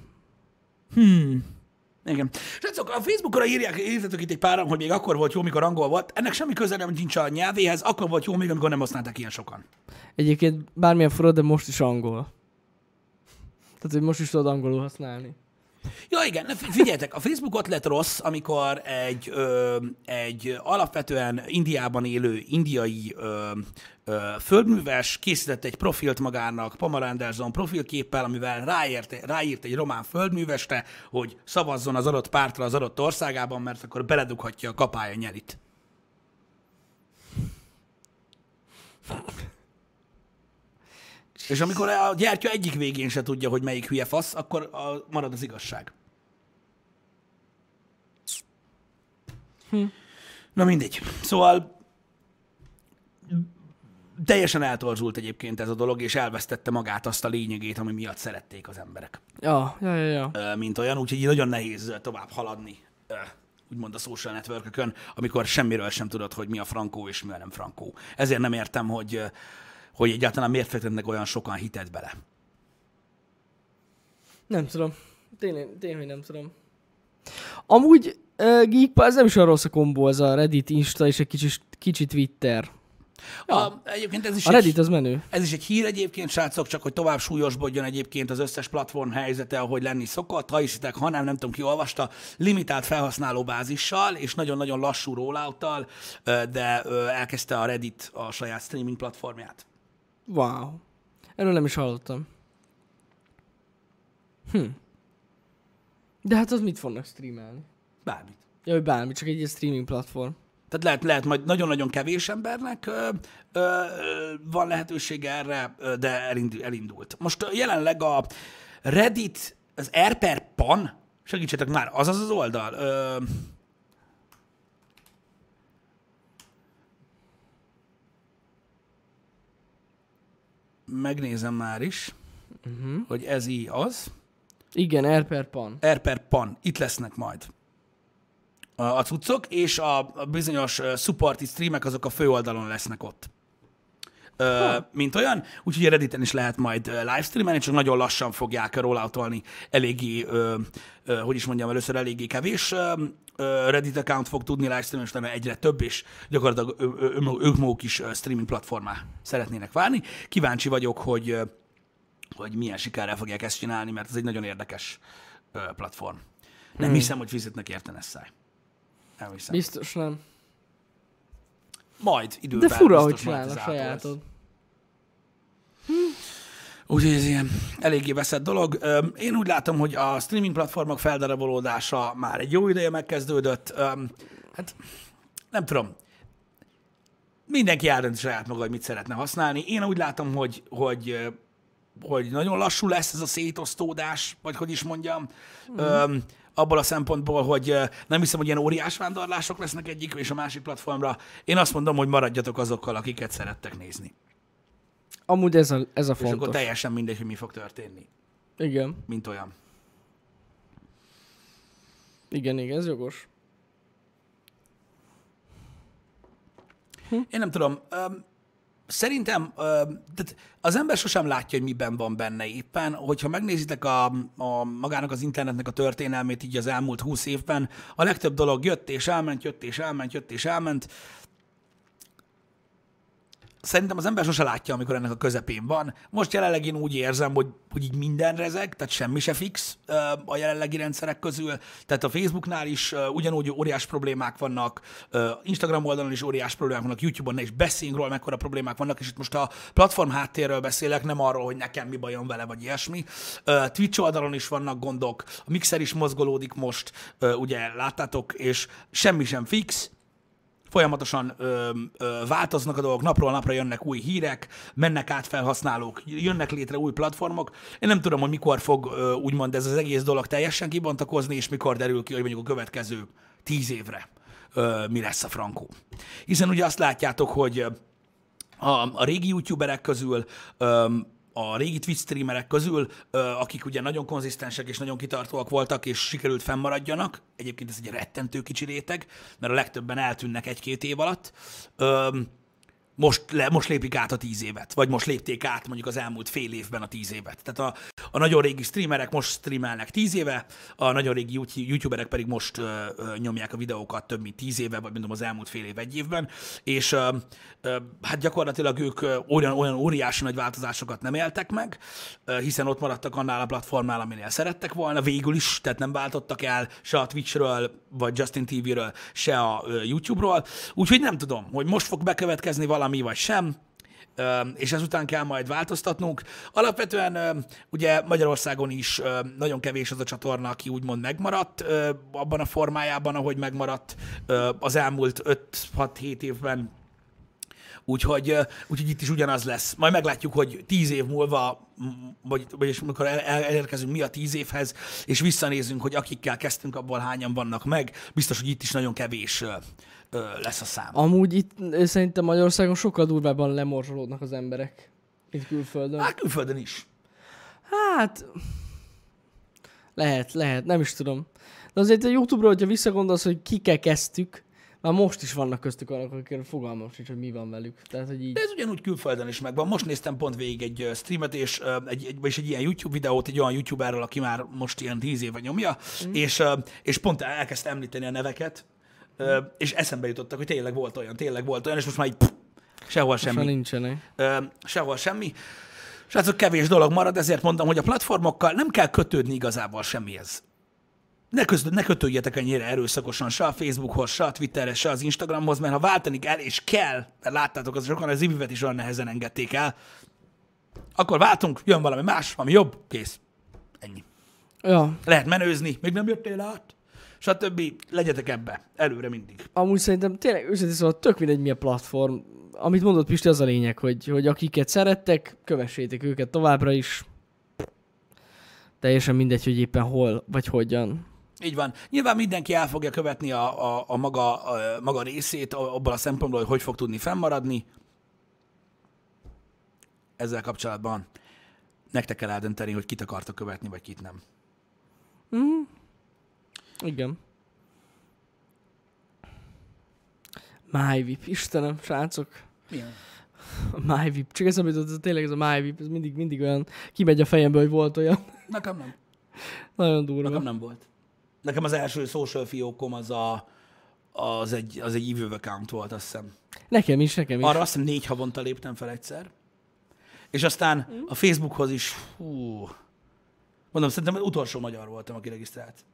Igen. Srácok, a Facebookra írtatok itt egy páran, hogy még akkor volt jó, mikor angol volt. Ennek semmi köze nem nincs a nyelvéhez, akkor volt jó még, amikor nem használták ilyen sokan. Egyébként bármilyen fura, de most is angol. Tehát, hogy most is tudod angolul használni. Ja, igen, figyeljetek, a Facebook ott lett rossz, amikor egy alapvetően Indiában élő indiai földműves készített egy profilt magának, Pamela Anderson profilképpel, amivel ráírt egy román földművesre, hogy szavazzon az adott pártra az adott országában, mert akkor beledughatja a kapálya nyelit. És amikor a gyertya egyik végén se tudja, hogy melyik hülye fasz, akkor marad az igazság. Na mindegy. Szóval teljesen eltorzsult egyébként ez a dolog, és elvesztette magát azt a lényegét, ami miatt szerették az emberek. Ja. Mint olyan, úgyhogy így nagyon nehéz tovább haladni, úgymond a social networkökön, amikor semmiről sem tudod, hogy mi a frankó és mi a nem frankó. Ezért nem értem, hogy egyáltalán miért fektetnek olyan sokan hitet bele. Nem tudom. Tényleg nem tudom. Amúgy Geekpal, ez nem is olyan rossz a kombó, az a Reddit, Insta és egy kicsit Twitter. Ja. Egyébként ez is a Reddit az menő. Ez is egy hír egyébként, srácok, csak hogy tovább súlyosbodjon egyébként az összes platform helyzete, ahogy lenni szokott. Ha hiszitek, ha nem tudom ki olvasta, limitált felhasználóbázissal és nagyon-nagyon lassú rollouttal, de elkezdte a Reddit a saját streaming platformját. Wow. Erről nem is hallottam. De hát az mit fognak streamelni? Bármit. Ja, hogy bármit, csak egy ilyen streaming platform. Tehát lehet majd nagyon-nagyon kevés embernek van lehetősége erre, de elindult. Most jelenleg a Reddit, az r/pan, segítsetek már, az az oldal. Megnézem már is, hogy ez így az. Igen, r/pan. r/pan. Itt lesznek majd a cuccok, és a bizonyos supporti streamek azok a főoldalon lesznek ott. Mint olyan, úgyhogy a Redditen is lehet majd livestreamelni, csak nagyon lassan fogják rolloutolni eléggé, hogy is mondjam, először eléggé kevés Reddit account fog tudni livestreamelni, és utána egyre több, és gyakorlatilag ők maguk is streaming platformá szeretnének válni. Kíváncsi vagyok, hogy milyen sikerrel fogják ezt csinálni, mert ez egy nagyon érdekes platform. Nem hiszem, hogy fizetnek érte, Nessai. Nem hiszem. Biztos nem. Majd időben. De fura, hogy csinálnak sajátod. Úgyhogy ez ilyen eléggé veszett dolog. Én úgy látom, hogy a streaming platformok feldarabolódása már egy jó ideje megkezdődött. Hát nem tudom. Mindenki eldönti saját maga, hogy mit szeretne használni. Én úgy látom, hogy nagyon lassú lesz ez a szétosztódás, vagy hogy is mondjam. Abból a szempontból, hogy nem hiszem, hogy ilyen óriás vándorlások lesznek egyik és a másik platformra. Én azt mondom, hogy maradjatok azokkal, akiket szerettek nézni. Amúgy ez a fontos. És akkor teljesen mindegy, hogy mi fog történni. Igen. Mint olyan. Igen, ez jogos. Én nem tudom. Szerintem az ember sosem látja, hogy miben van benne éppen. Hogyha megnézitek magának az internetnek a történelmét így az elmúlt 20 évben, a legtöbb dolog jött és elment. Szerintem az ember sose látja, amikor ennek a közepén van. Most jelenleg én úgy érzem, hogy így minden rezeg, tehát semmi se fix a jelenlegi rendszerek közül. Tehát a Facebooknál is ugyanúgy óriás problémák vannak, Instagram oldalon is óriás problémák vannak, YouTube-on is beszéljünk róla, mekkora problémák vannak, és itt most a platform háttérről beszélek, nem arról, hogy nekem mi bajom vele, vagy ilyesmi. Twitch oldalon is vannak gondok, a Mixer is mozgolódik most, ugye láttátok, és semmi sem fix. Folyamatosan változnak a dolgok, napról napra jönnek új hírek, mennek át felhasználók, jönnek létre új platformok. Én nem tudom, hogy mikor fog úgymond ez az egész dolog teljesen kibontakozni, és mikor derül ki, hogy mondjuk a következő 10 évre mi lesz a frankó. Hiszen ugye azt látjátok, hogy a régi youtuberek közül a régi Twitch streamerek közül, akik ugye nagyon konzisztensek és nagyon kitartóak voltak, és sikerült fennmaradjanak. Egyébként ez egy rettentő kicsi réteg, mert a legtöbben eltűnnek 1-2 év alatt. Most lépik át a 10 évet, vagy most lépték át mondjuk az elmúlt fél évben a 10 évet. Tehát a nagyon régi streamerek most streamelnek 10 éve, a nagyon régi youtuberek pedig most nyomják a videókat több mint 10 éve, vagy mondom az elmúlt fél év, egy évben, és hát gyakorlatilag ők olyan óriási nagy változásokat nem éltek meg, hiszen ott maradtak annál a platformnál, aminél szerettek volna, végül is, tehát nem váltottak el se a Twitchről, vagy Justin TV-ről, se a YouTube-ról, úgyhogy nem tudom, hogy most fog bekövetkezni valami, vagy sem, és ezután kell majd változtatnunk. Alapvetően ugye Magyarországon is nagyon kevés az a csatorna, aki úgymond megmaradt abban a formájában, ahogy megmaradt az elmúlt 5-6-7 évben. Úgyhogy itt is ugyanaz lesz. Majd meglátjuk, hogy 10 év múlva, vagyis amikor elérkezünk mi a 10 évhez, és visszanézünk, hogy akikkel kezdtünk, abból hányan vannak meg, biztos, hogy itt is nagyon kevés lesz a szám. Amúgy itt szerintem Magyarországon sokkal durvábban lemorzsolódnak az emberek, mint külföldön. Hát külföldön is. Hát, lehet, nem is tudom. De azért a YouTube-ról, hogyha visszagondolsz, hogy kikkel kezdtük, már most is vannak köztük olyanok, akikkel fogalmam sincs, hogy mi van velük. Tehát, hogy így... De ez ugyanúgy külföldön is megvan. Most néztem pont végig egy streamet, és egy ilyen YouTube videót egy olyan YouTuberről, aki már most ilyen 10 éve nyomja, és pont elkezdte említeni a neveket, és eszembe jutottak, hogy tényleg volt olyan, és most már így sehol semmi. Most nincsenek. Sehol semmi. Srácok, kevés dolog marad, ezért mondom, hogy a platformokkal nem kell kötődni igazából semmihez. Ne kötődjetek ennyire erőszakosan se a Facebookhoz, se a Twitterhez, se az Instagramhoz, mert ha váltani kell, és kell, mert láttátok, az sokan az Ibivet is olyan nehezen engedték el, akkor váltunk, jön valami más, ami jobb, kész. Ennyi. Ja. Lehet menőzni, még nem jöttél át, stb. Legyetek ebbe, előre mindig. Amúgy szerintem tényleg őszintén szóval tök mindegy mi a platform. Amit mondott Pisti, az a lényeg, hogy akiket szerettek, kövessétek őket továbbra is. Teljesen mindegy, hogy éppen hol, vagy hogyan. Így van. Nyilván mindenki el fogja követni a maga részét abban a szempontból, hogy fog tudni fennmaradni. Ezzel kapcsolatban nektek kell eldönteni, hogy kit akartok követni, vagy kit nem. Igen. MyVip, Istenem, srácok. Milyen? MyVip. Csak eszembe jutott, tényleg ez a MyVip, ez mindig olyan, kimegy a fejemből, hogy volt olyan. Nekem nem. Nagyon durva. Nekem nem volt. Nekem az első social fiókom az egy evil account volt, azt hiszem. Nekem is. Arra azt hiszem 4 havonta léptem fel egyszer. És aztán a Facebookhoz is, mondom, szerintem az utolsó magyar voltam, aki regisztrált.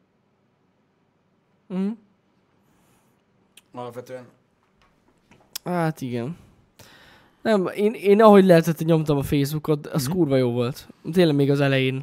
Alapvetően. Hát igen. Nem, én ahogy lehetett, nyomtam a Facebookot, az kurva jó volt. Tényleg még az elején.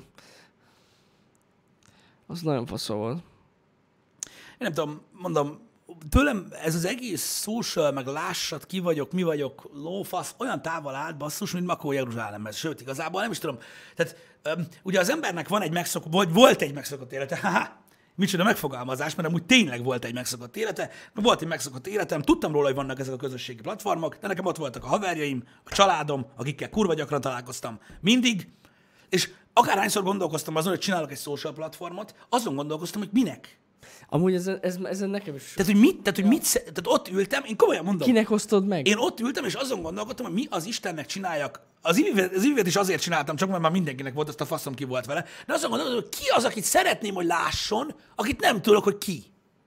Az nagyon faszó volt. Én nem tudom, mondom, tőlem ez az egész social, meg lássad, ki vagyok, mi vagyok, lófasz, olyan távol állt, basszus, mint Makó Jeruzsálemhez. Sőt, igazából nem is tudom. Tehát ugye az embernek van egy megszokott, vagy volt egy megszokott élete, micsoda megfogalmazás, mert amúgy tényleg volt egy megszokott élete, volt egy megszokott életem, tudtam róla, hogy vannak ezek a közösségi platformok, de nekem ott voltak a haverjaim, a családom, akikkel kurva gyakran találkoztam mindig, és akárhányszor gondolkoztam azon, hogy csinálok egy social platformot, azon gondolkoztam, hogy minek. Amúgy ez nekem is... Tehát ott ültem, én komolyan mondom. Kinek osztod meg? Én ott ültem, és azon gondolkodtam, hogy mi az Istennek csináljak. Az Ibivet is azért csináltam, csak mert már mindenkinek volt, azt a faszom ki volt vele. De azon gondolkodtam, hogy ki az, akit szeretném, hogy lásson, akit nem tudok, hogy ki.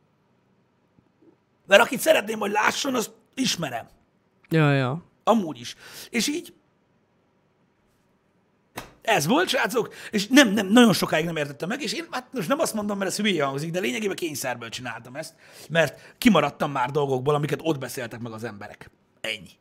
Mert akit szeretném, hogy lásson, azt ismerem. Ja. Amúgy is. És így ez volt, srácok, és nem, nagyon sokáig nem értettem meg, és én hát most nem azt mondom, mert ez hülye hangzik, de lényegében kényszerből csináltam ezt, mert kimaradtam már dolgokból, amiket ott beszéltek meg az emberek. Ennyi.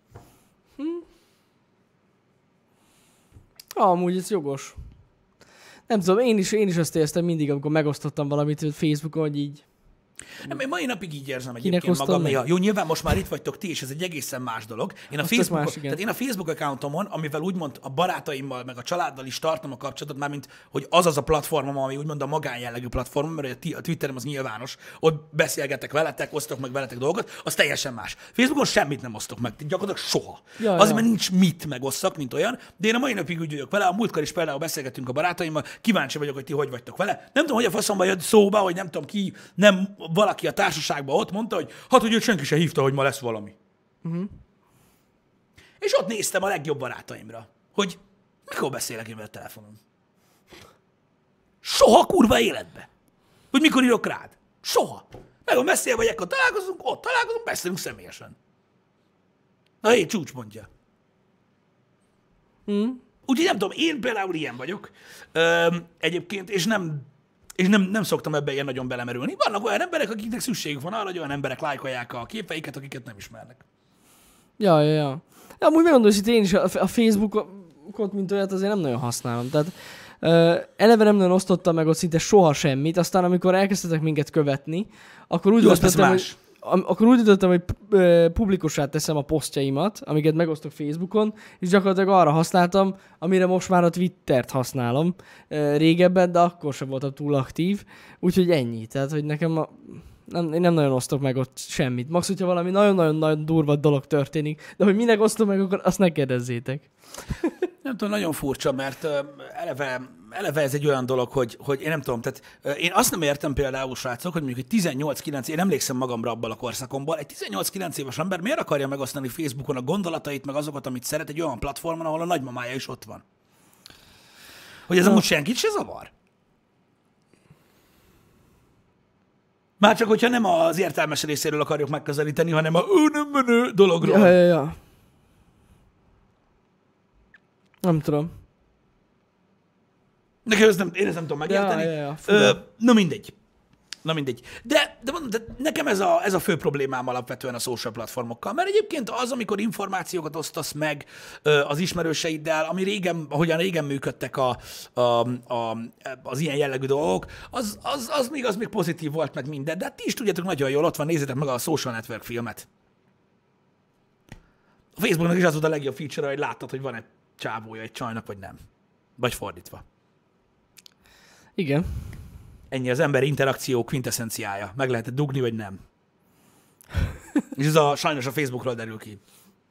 Amúgy ez jogos. Nem tudom, én is azt éreztem mindig, amikor megosztottam valamit Facebookon, hogy így Én mai napig így érzem Kinek egyébként osztom magam meg? néha. Jó, nyilván most már itt vagytok ti, és ez egy egészen más dolog. Én a Facebook, más, igen. tehát én a Facebook accountomon, amivel úgymond a barátaimmal, meg a családdal is tartom a kapcsolatot, mármint, hogy az a platformom, ami úgymond a magánjellegű platform, mert a Twitterem az nyilvános, ott beszélgetek veletek, osztok meg veletek dolgot, az teljesen más. Facebookon semmit nem osztok meg, gyakorlatilag soha. Azért, mert nincs mit megosszak, mint olyan, de én a mai napig úgy vagyok vele. A múltkor is például beszélgettünk a barátaimmal, kíváncsi vagyok, hogy ti hogy vagytok vele. Nem tudom, hogy a faszomba jött szóba, hogy nem tudom ki, nem valaki a társaságban ott mondta, hogy hát, hogy őt senki se hívta, hogy ma lesz valami. És ott néztem a legjobb barátaimra, hogy mikor beszélek én vele a telefonon. Soha kurva életbe. Hogy mikor írok rád. Soha. Meg van beszélve, hogy ekkor találkozunk, ott találkozunk, beszélünk személyesen. Na, én csúcs mondja. Úgyhogy nem tudom, én például ilyen vagyok egyébként, és nem szoktam ebbe ilyen nagyon belemerülni. Vannak olyan emberek, akiknek szükségük van arra, hogy olyan emberek lájkolják a képeiket, akiket nem ismernek. Ja. Amúgy megmondom, hogy én is a Facebookot, mint olyat, azért nem nagyon használom. Tehát eleve nem nagyon osztottam meg ott szinte soha semmit, aztán amikor elkezdtetek minket követni, akkor úgy döntöttem, hogy publikussá teszem a posztjaimat, amiket megosztok Facebookon, és gyakorlatilag arra használtam, amire most már a Twittert használom régebben, de akkor sem voltam túl aktív, úgyhogy ennyi. Tehát, hogy nekem én nem nagyon osztok meg ott semmit. Max, hogyha valami nagyon-nagyon durva dolog történik, de hogy minek osztom meg, akkor azt ne kérdezzétek. Nem tudom, nagyon furcsa, mert eleve ez egy olyan dolog, hogy én nem tudom, tehát én azt nem értem például, srácok, hogy mondjuk egy 18-9, én emlékszem magamra abban a korszakomból, egy 18-9 éves ember miért akarja megosztani Facebookon a gondolatait, meg azokat, amit szeret egy olyan platformon, ahol a nagymamája is ott van? Hogy ez amúgy senkit se zavar? Már csak, hogyha nem az értelmes részéről akarjuk megközelíteni, hanem a nem menő dologról. Ja. Nem tudom. Nekem én ezt nem tudom megérteni. Na mindegy. De mondom, de nekem ez a fő problémám alapvetően a social platformokkal. Mert egyébként az, amikor információkat osztasz meg az ismerőseiddel, ahogyan régen működtek az ilyen jellegű dolgok, az még pozitív volt meg minden. De hát ti is tudjátok nagyon jól, ott van, nézzétek meg a Social Network filmet. A Facebooknak is az volt a legjobb feature, hogy láttad, hogy van egy csávója egy csajnak, vagy nem. Vagy fordítva. Igen. Ennyi az ember interakció quintessenciája. Meg lehet dugni, vagy nem. És ez sajnos a Facebookról derül ki.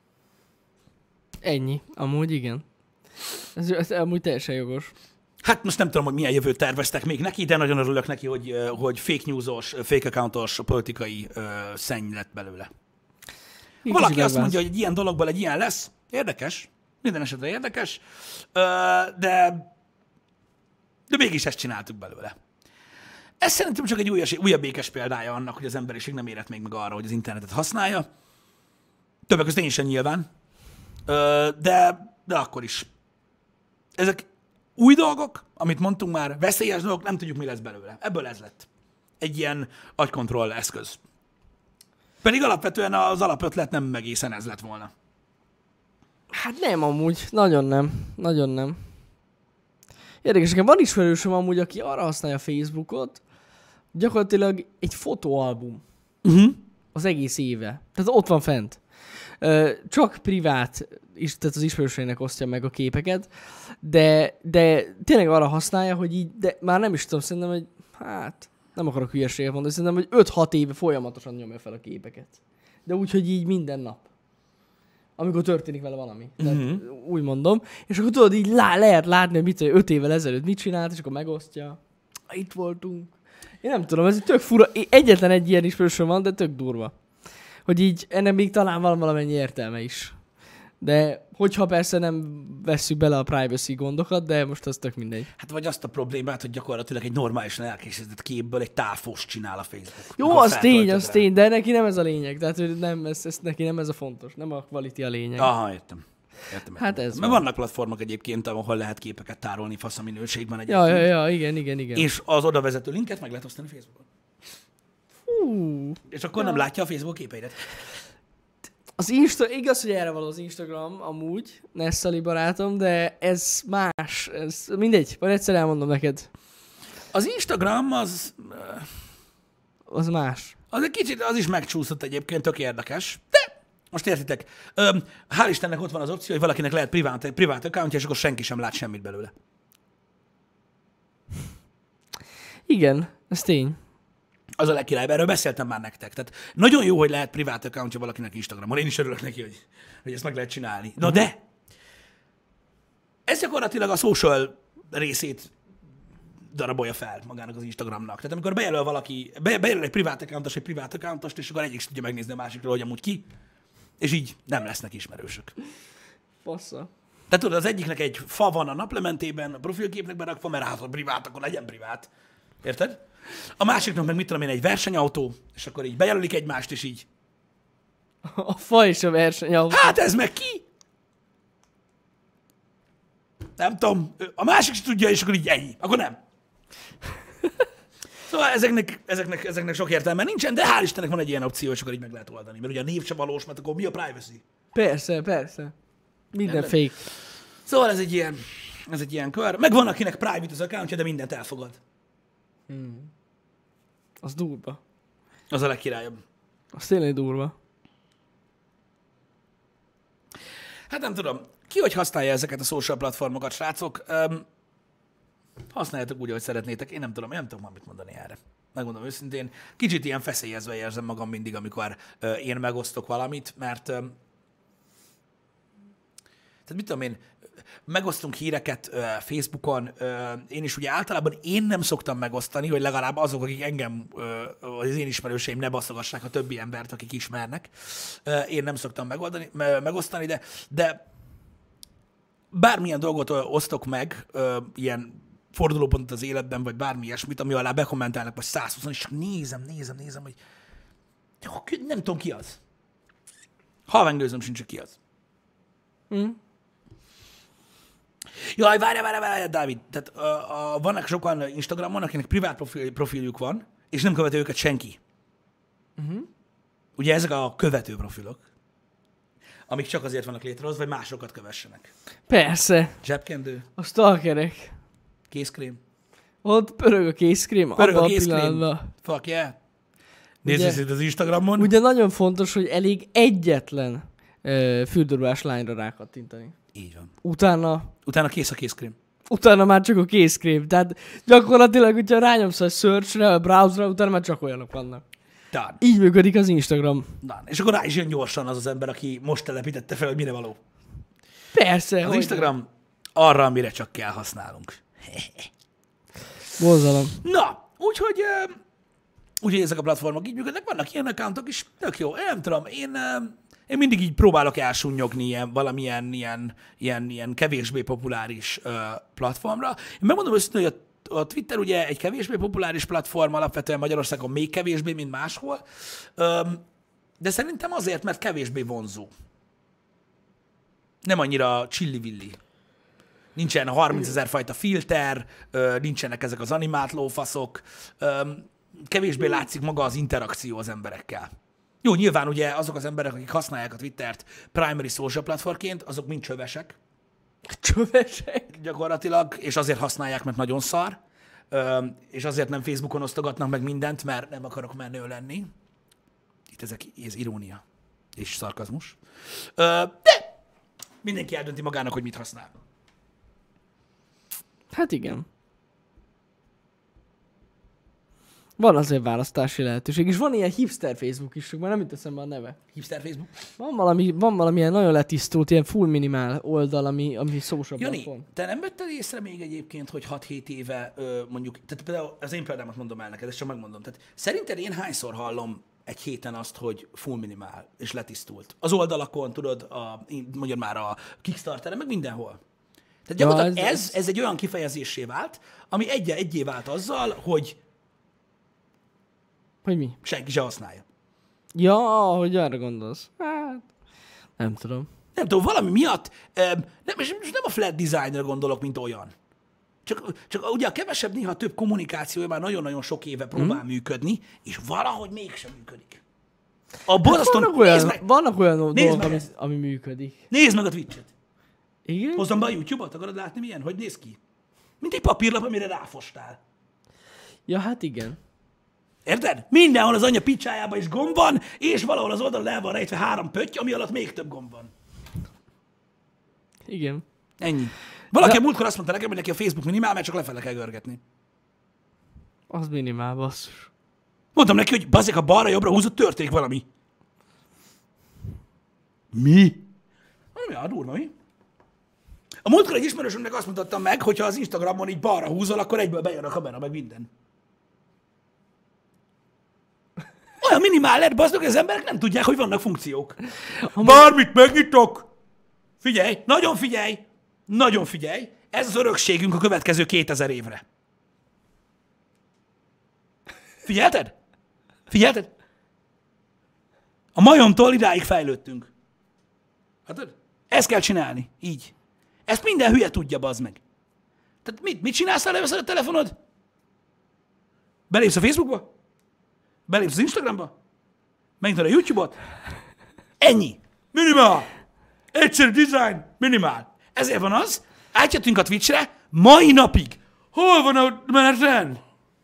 Ennyi. Amúgy igen. Ez amúgy teljesen jogos. Hát most nem tudom, hogy milyen jövőt terveztek még neki, de nagyon örülök neki, hogy fake newsos, fake accountos politikai szenny lett belőle. Valaki azt mondja, hogy egy ilyen dologból egy ilyen lesz. Érdekes. Minden esetre érdekes. De mégis ezt csináltuk belőle. Ez szerintem csak egy újabb ékes példája annak, hogy az emberiség nem érett még meg arra, hogy az internetet használja. Többek között én sem nyilván. De akkor is. Ezek új dolgok, amit mondtunk már, veszélyes dolgok, nem tudjuk, mi lesz belőle. Ebből ez lett. Egy ilyen agykontroll eszköz. Pedig alapvetően az alapötlet nem egészen ez lett volna. Hát nem amúgy. Nagyon nem. Érdekes, nekem van ismerősöm amúgy, aki arra használja a Facebookot, gyakorlatilag egy fotóalbum. Az egész éve. Tehát ott van fent. Csak privát, tehát az ismerőseinek osztja meg a képeket, de tényleg arra használja, hogy így, de már nem is tudom, szerintem, hogy nem akarok hülyeséget mondani, szerintem, hogy 5-6 éve folyamatosan nyomja fel a képeket. De úgy, hogy így minden nap. Amikor történik vele valami. Tehát, úgy mondom. És akkor tudod, így lehet látni, hogy 5 évvel ezelőtt mit csinált, és akkor megosztja. Itt voltunk. Én nem tudom, ez tök fura. Egyetlen egy ilyen ismerősöm van, de tök durva. Hogy így ennek még talán van valamennyi értelme is. De hogyha persze nem vesszük bele a privacy gondokat, de most az tök mindegy. Hát vagy azt a problémát, hogy gyakorlatilag egy normálisan elkészített képből egy távfos csinál a Facebook. Jó, az tény, de neki nem ez a lényeg. Tehát hogy neki nem ez a fontos. Nem a quality a lényeg. Aha, értem. Hát ez Mert vannak platformok egyébként, ahol lehet képeket tárolni fasz a minőségben egyébként. Ja, igen. És az oda vezető linket meg lehet osztani Facebookon. És akkor nem látja a Facebook képeidet. Az igaz, hogy erre való az Instagram amúgy, Nessali barátom, de ez más. Mindegy, majd egyszer elmondom neked. Az Instagram az más. Az egy kicsit, az is megcsúszott egyébként, tök érdekes. De most értitek, hál' Istennek ott van az opció, hogy valakinek lehet privát accountja, és akkor senki sem lát semmit belőle. Igen, ez tény. Az a legkirálybb, erről beszéltem már nektek. Tehát nagyon jó, hogy lehet privát accountja valakinek Instagramon. Én is örülök neki, hogy ezt meg lehet csinálni. Na de, ez gyakorlatilag a social részét darabolja fel magának az Instagramnak. Tehát amikor bejelöl valaki, bejelöl egy privát accountost, és akkor egyik tudja megnézni a másikról, hogy amúgy ki, és így nem lesznek ismerősök. Passza. Tehát tudod, az egyiknek egy fa van a naplementében, a profilképnek berakva, mert hát, ha privát, akkor legyen privát. Érted? A másiknak meg mit tudom én, egy versenyautó, és akkor így bejelölik egymást, és így. A fa és a versenyautó. Hát ez meg ki? Nem tudom. A másik is tudja, és akkor így ennyi. Akkor nem. Szóval ezeknek sok értelme nincsen, de hál' Istennek van egy ilyen opció, és akkor így meg lehet oldani. Mert ugye a név sem valós, mert akkor mi a privacy? Persze. Minden fake. Szóval ez egy ilyen kör. Meg van, akinek private az accountja, de mindent elfogad. Az durva. Az a legkirályabb. Az tényleg durva. Hát nem tudom. Ki hogy használja ezeket a social platformokat, srácok? Használjátok úgy, ahogy szeretnétek. Én nem tudom már mit mondani erre. Megmondom őszintén. Kicsit ilyen feszélyezve érzem magam mindig, amikor én megosztok valamit, mert tehát mit tudom én, megosztunk híreket Facebookon, én is ugye általában én nem szoktam megosztani, hogy legalább azok, akik engem, az én ismerőseim ne baszogassák a többi embert, akik ismernek. Én nem szoktam megosztani, de bármilyen dolgot osztok meg, ilyen fordulópontot az életben, vagy bármi ilyesmit, ami alá bekommentálnak, vagy 120, és csak nézem, hogy nem tudom ki az. Halvány sincs, ki az. Jaj, várjál, Dávid. Tehát vannak sokan Instagramon, akinek privát profiljuk van, és nem követő őket senki. Ugye ezek a követő profilok, amik csak azért vannak létrehozva, vagy másokat kövessenek. Persze. Zsebkendő. A stalkerek. Kézkrém. Ott pörög a kézkrém. Pörög a kézkrém. Fuck yeah. Nézd itt az Instagramon. Ugye nagyon fontos, hogy elég egyetlen fürdőruhás lányra rákattintani. Így van. Utána kész a kézkrém. Utána már csak a kézkrém. Tehát gyakorlatilag, hogyha rányomsz a search-re, a browserre, utána már csak olyanok vannak. Done. Így működik az Instagram. Done. És akkor rá is jön gyorsan az ember, aki most telepítette fel, hogy mire való. Persze. Az Instagram arra, amire csak kell használunk. Borzalom. Na, úgyhogy ezek a platformok így működnek, vannak ilyen accountok is, tök jó. Én nem tudom, én mindig így próbálok elsúnyogni valamilyen ilyen kevésbé populáris platformra. Én megmondom őszintén, hogy a Twitter ugye egy kevésbé populáris platform, alapvetően Magyarországon még kevésbé, mint máshol, de szerintem azért, mert kevésbé vonzó. Nem annyira csillivilli. Nincsen 30 000 fajta filter, nincsenek ezek az animált lófaszok, kevésbé látszik maga az interakció az emberekkel. Jó, nyilván ugye azok az emberek, akik használják a Twittert primary social platformként, azok mind csövesek. Csövesek? Gyakorlatilag, és azért használják, mert nagyon szar, és azért nem Facebookon osztogatnak meg mindent, mert nem akarok menő lenni. Itt ez irónia és szarkazmus. De mindenki eldönti magának, hogy mit használ. Hát igen. Van azért választási lehetőség, és van ilyen hipster Facebook is, csak már nem jut eszembe a neve. Hipster Facebook? Van valami ilyen nagyon letisztult, ilyen full minimál oldal, ami social Jani, platform. te nem vetted észre még egyébként, hogy 6-7 éve mondjuk, tehát például az én példámat mondom el neked, ezt csak megmondom. Tehát szerinted én hányszor hallom egy héten azt, hogy full minimál és letisztult? Az oldalakon, tudod, mondjam már a Kickstarteren, meg mindenhol. Tehát gyakorlatilag ez egy olyan kifejezésé vált, ami egyé vált azzal, hogy mi? Senki se használja. Ja, hogy arra gondolsz. Hát, nem tudom. Nem tudom, valami miatt, nem a flat designra gondolok, mint olyan. Csak ugye a kevesebb, néha több kommunikációja már nagyon-nagyon sok éve próbál működni, és valahogy mégsem működik. Vannak olyan dolgok, ami működik. Nézd meg a Twitch-et. Igen? Hozzam be a YouTube-ot, akarod látni milyen? Hogy néz ki? Mint egy papírlap, amire ráfostál. Ja, hát igen. Érted? Mindenhol az anya picsájában is gomb van, és valahol az oldalon el van rejtve 3 pötty, ami alatt még több gomb van. Igen. Ennyi. Valaki a múltkor azt mondta nekem, hogy neki a Facebook minimál, mert csak lefele kell görgetni. Az minimál, basszus. Mondtam neki, hogy bazzek, a balra-jobbra húzott, történik valami. Mi? Ja, durva, mi? A múltkor egy ismerősömnek azt mutattam meg, hogyha az Instagramon így balra húzol, akkor egyből bejön a kamera, meg minden. Olyan minimál lett, bazdok, hogy az emberek nem tudják, hogy vannak funkciók. Bármit megnyitok! Figyelj, nagyon figyelj, ez az örökségünk a következő 2000 évre. Figyelted? Figyelted? A majomtól idáig fejlődtünk. Hát, ezt kell csinálni, így. Ezt minden hülye tudja, bazd meg. Tehát mit csinálsz, ha leveszed a telefonod? Belépsz a Facebookba? Belépsz az Instagramba? Megnyitod a YouTube-ot? Ennyi. Minimál. Egyszerű design. Minimál. Ezért van az, átjöttünk a Twitchre, mai napig. Hol van a menetrend?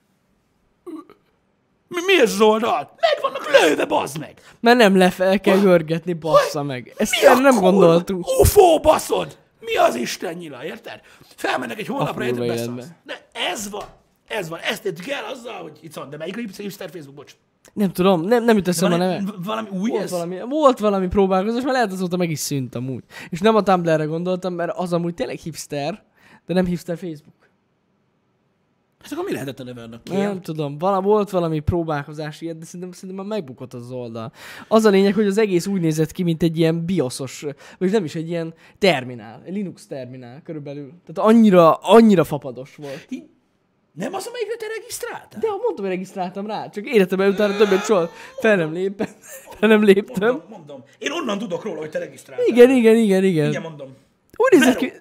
Mi ez az oldal? Meg vannak lőve, bazd meg. Mert nem lefel kell görgetni, bassza meg. Ezt nem gondoltunk. UFO, baszod! Mi az Isten nyila, érted? Felmennek egy hónapra, érted, beszarsz. De ez van. Ezt értük el azzal, hogy itt van. De melyik a hipster Facebook, bocs? Nem tudom, nem jut eszembe a neve. Valami új Volt valami próbálkozás, mert lehet azóta meg is szűnt amúgy. És nem a Tumblr-re gondoltam, mert az amúgy tényleg hipster, de nem hipster Facebook. Hát akkor mi lehetett a neve annak? Nem tudom, volt valami próbálkozás ilyet, de szerintem már megbukott az oldal. Az a lényeg, hogy az egész úgy nézett ki, mint egy ilyen BIOS-os, vagy nem is egy ilyen terminál, egy Linux terminál körülbelül. Tehát annyira fapados volt. Nem az, amelyikre te regisztráltál? De mondtam, hogy regisztráltam rá, csak életemben utána többet soha fel nem léptem. Mondom. Én onnan tudok róla, hogy te regisztráltál. Igen. Igen, mondom. Úgy nézett ki...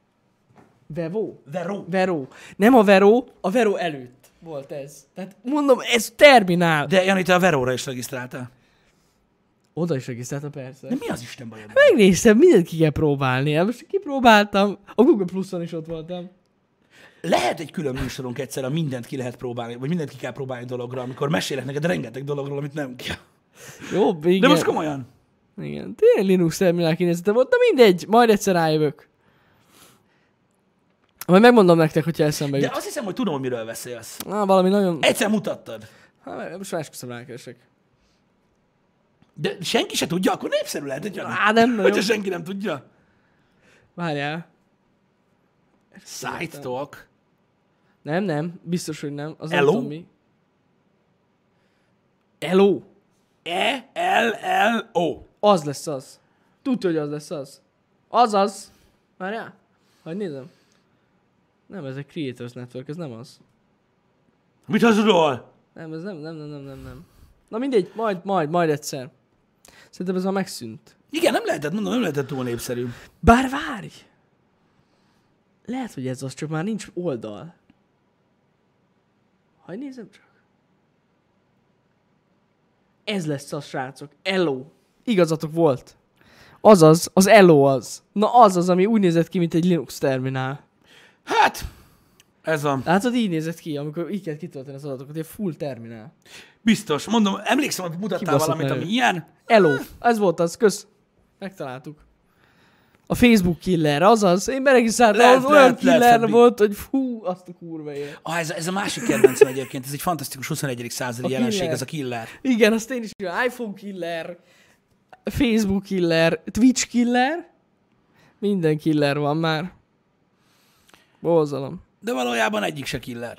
Vero. Nem a Vero előtt volt ez. Tehát mondom, ez terminál. De Jani, te a Veróra is regisztráltál. Oda is regisztráltam, persze. De mi az Isten bajod? Megnéztem, mindent ki kell próbálni. Most kipróbáltam. A Google Plus-on is ott voltam. Lehet egy külön műsorunk egyszer, a mindent ki lehet próbálni, vagy mindent ki kell próbálni dologra, amikor mesélek neked rengeteg dologról, amit nem kell. Jó, igen. De most komolyan. Igen, tényleg Linux terminál kinézete volt, de mindegy, majd egyszer rájövök. Majd megmondom nektek, hogyha eszembe jut. De azt hiszem, hogy tudom, hogy miről beszélsz. Valami nagyon... Egyszer mutattad. Most már esküszöm rákeresek. De senki se tudja, akkor népszerű lehet, hogy nem nagyon. Hogyha senki nem tudja. Várjál. Side talk. Nem, biztos, hogy nem. Az Elo? nem tudom mi. Elo? E-L-L-O. Az lesz az. Tudja, hogy az lesz az. Az. Várjál. Hogy nézem. Nem, ez egy Creators Network, ez nem az. Mit hazudol? Nem, ez nem. Na mindegy, majd egyszer. Szerintem ez már megszűnt. Igen, nem lehetett túl népszerű. Bár várj! Lehet, hogy ez az, csak már nincs oldal. Hadd nézem csak. Ez lesz az, srácok. Elo. Igazatok volt. Azaz, az Elo az. Na az, ami úgy nézett ki, mint egy Linux terminál. Hát, ez van. Látod, így nézett ki, amikor így kell kitölteni az adatokat, egy full terminál. Biztos. Mondom, emlékszem, hogy mutattál Kibaszott valamit, nevű. ami ilyen. Elo. Ez volt az, kösz. Megtaláltuk. A Facebook killer, azaz. Én beregisztráltam, az olyan killer volt, hogy fú, azt a kurva élet. Ez a másik kedvencem egyébként, ez egy fantasztikus 21. századi jelenség, killer. ez a killer. Igen, azt én is iPhone killer, Facebook killer, Twitch killer. Minden killer van már. Borzalom. De valójában egyik se killer.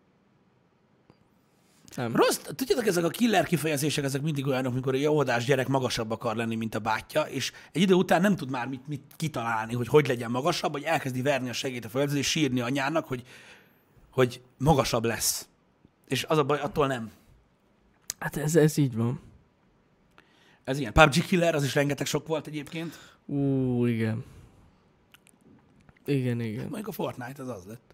Nem. Rossz, tudjátok, ezek a killer kifejezések, ezek mindig olyanok, amikor egy óvodás gyerek magasabb akar lenni, mint a bátyja, és egy idő után nem tud már mit kitalálni, hogy legyen magasabb, hogy elkezdi verni a segét a földre, és sírni anyának, hogy magasabb lesz. És az a baj, attól nem. Hát ez így van. Ez ilyen. PUBG killer, az is rengeteg sok volt egyébként. Igen. Igen. Mondjuk a Fortnite az lett.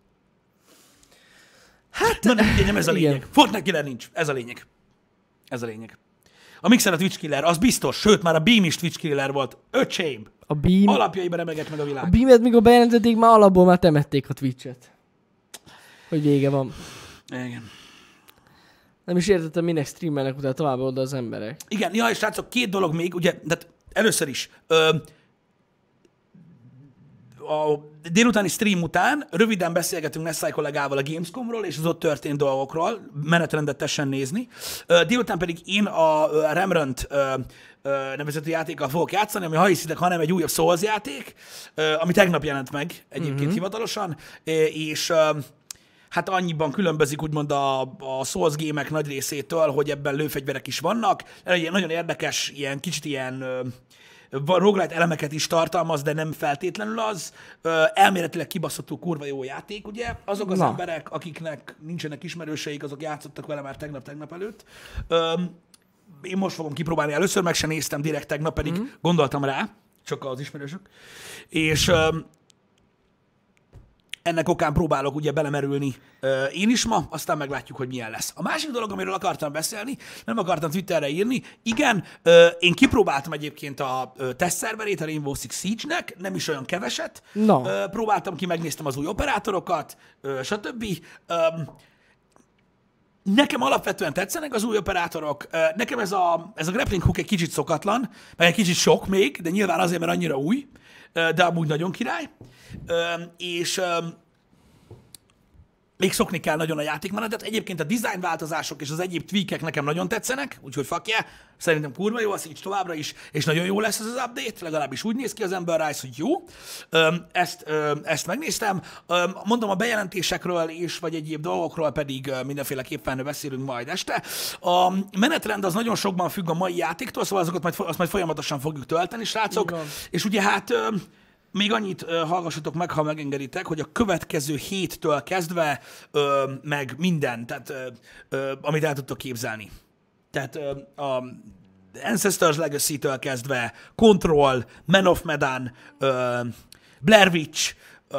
Hát, na, nem ez a lényeg. igen. Fortnite killer nincs. Ez a lényeg. A Mixer a Twitch killer, az biztos, sőt, már a Beam is Twitch killer volt. Öcsém. A Beam... Alapjaiban remegett meg a világ. A Beamet, mikor bejelentették, már alapból már temették a Twitch-et. Hogy vége van. Igen. Nem is értettem, minek streamelnek utána tovább oda az emberek. Igen, és srácok, 2 dolog még, ugye, de először is, a délutáni stream után röviden beszélgetünk Nessai kollégával a Gamescomról és az ott történt dolgokról, menetrendet tessen nézni. Délután pedig én a Remnant nevezetű játékkal fogok játszani, ami ha hiszitek, hanem egy újabb Souls játék, ami tegnap jelent meg egyébként hivatalosan, és hát annyiban különbözik úgymond a Souls gémek nagy részétől, hogy ebben lőfegyverek is vannak. Nagyon érdekes, kicsit ilyen roguelite elemeket is tartalmaz, de nem feltétlenül az. Elméletileg kibaszottul kurva jó játék, ugye? Azok az emberek, akiknek nincsenek ismerőseik, azok játszottak vele már tegnap előtt. Én most fogom kipróbálni először, meg se néztem direkt tegnap, pedig gondoltam rá, csak az ismerősök. És ennek okán próbálok ugye belemerülni én is ma, aztán meglátjuk, hogy milyen lesz. A másik dolog, amiről akartam beszélni, nem akartam Twitterre írni, igen, én kipróbáltam egyébként a tesztszerverét a Rainbow Six Siege-nek, nem is olyan keveset. No. Próbáltam ki, megnéztem az új operátorokat, stb. Nekem alapvetően tetszenek az új operátorok. Nekem ez a grappling hook egy kicsit szokatlan, meg egy kicsit sok még, de nyilván azért, mert annyira új, de amúgy nagyon király. És még szokni kell nagyon a játékmenetet. Egyébként a design változások és az egyéb tweakek nekem nagyon tetszenek, úgyhogy fuck yeah, szerintem kurva jó, az így továbbra is, és nagyon jó lesz ez az update, legalábbis úgy néz ki az Ember Rise, hogy jó. Ezt megnéztem. Mondom, a bejelentésekről és vagy egyéb dolgokról pedig mindenféleképpen beszélünk majd este. A menetrend az nagyon sokban függ a mai játéktól, szóval azt majd folyamatosan fogjuk tölteni, srácok. Igen. És ugye hát még annyit hallgassatok meg, ha megengeditek, hogy a következő héttől kezdve meg minden, tehát amit el tudtok képzelni. Tehát a Ancestors Legacy-től kezdve Control, Man of Medan, Blair Witch,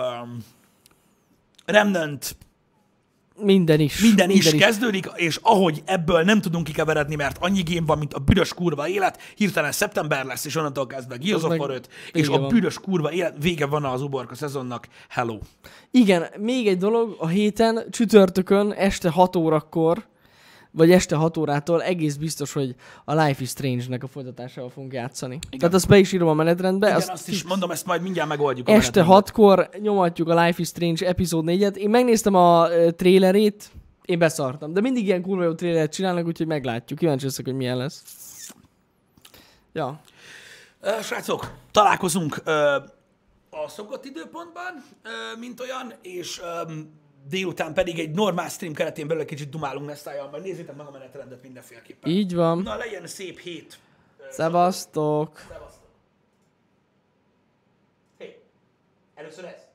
Remnant, minden is kezdődik, és ahogy ebből nem tudunk kikeveredni, mert annyi game van, mint a büdös kurva élet, hirtelen szeptember lesz, és onnantól kezdve Gears of War 5, és a büdös kurva élet, vége van az uborka szezonnak. Hello. Igen, még egy dolog, a héten csütörtökön este 6 órakor, vagy este 6 órától egész biztos, hogy a Life is Strange-nek a folytatásával fogunk játszani. Igen. Tehát azt be is írom a menetrendbe. Igen, azt is mondom, ezt majd mindjárt megoldjuk. Este 6-kor nyomatjuk a Life is Strange epizód 4-et. Én megnéztem a trailerét, én beszartam. De mindig ilyen kurva jó traileret csinálnak, úgyhogy meglátjuk. Kíváncsi leszek, hogy milyen lesz. Ja. Srácok, találkozunk a szokott időpontban, mint olyan, és délután pedig egy normál stream keretén belül egy kicsit dumálunk Nestájjal, majd nézzétek meg a menetrendet mindenféleképpen. Így van. Na, legyen szép hét. Szevasztok. Szevasztok. Hé, először ez.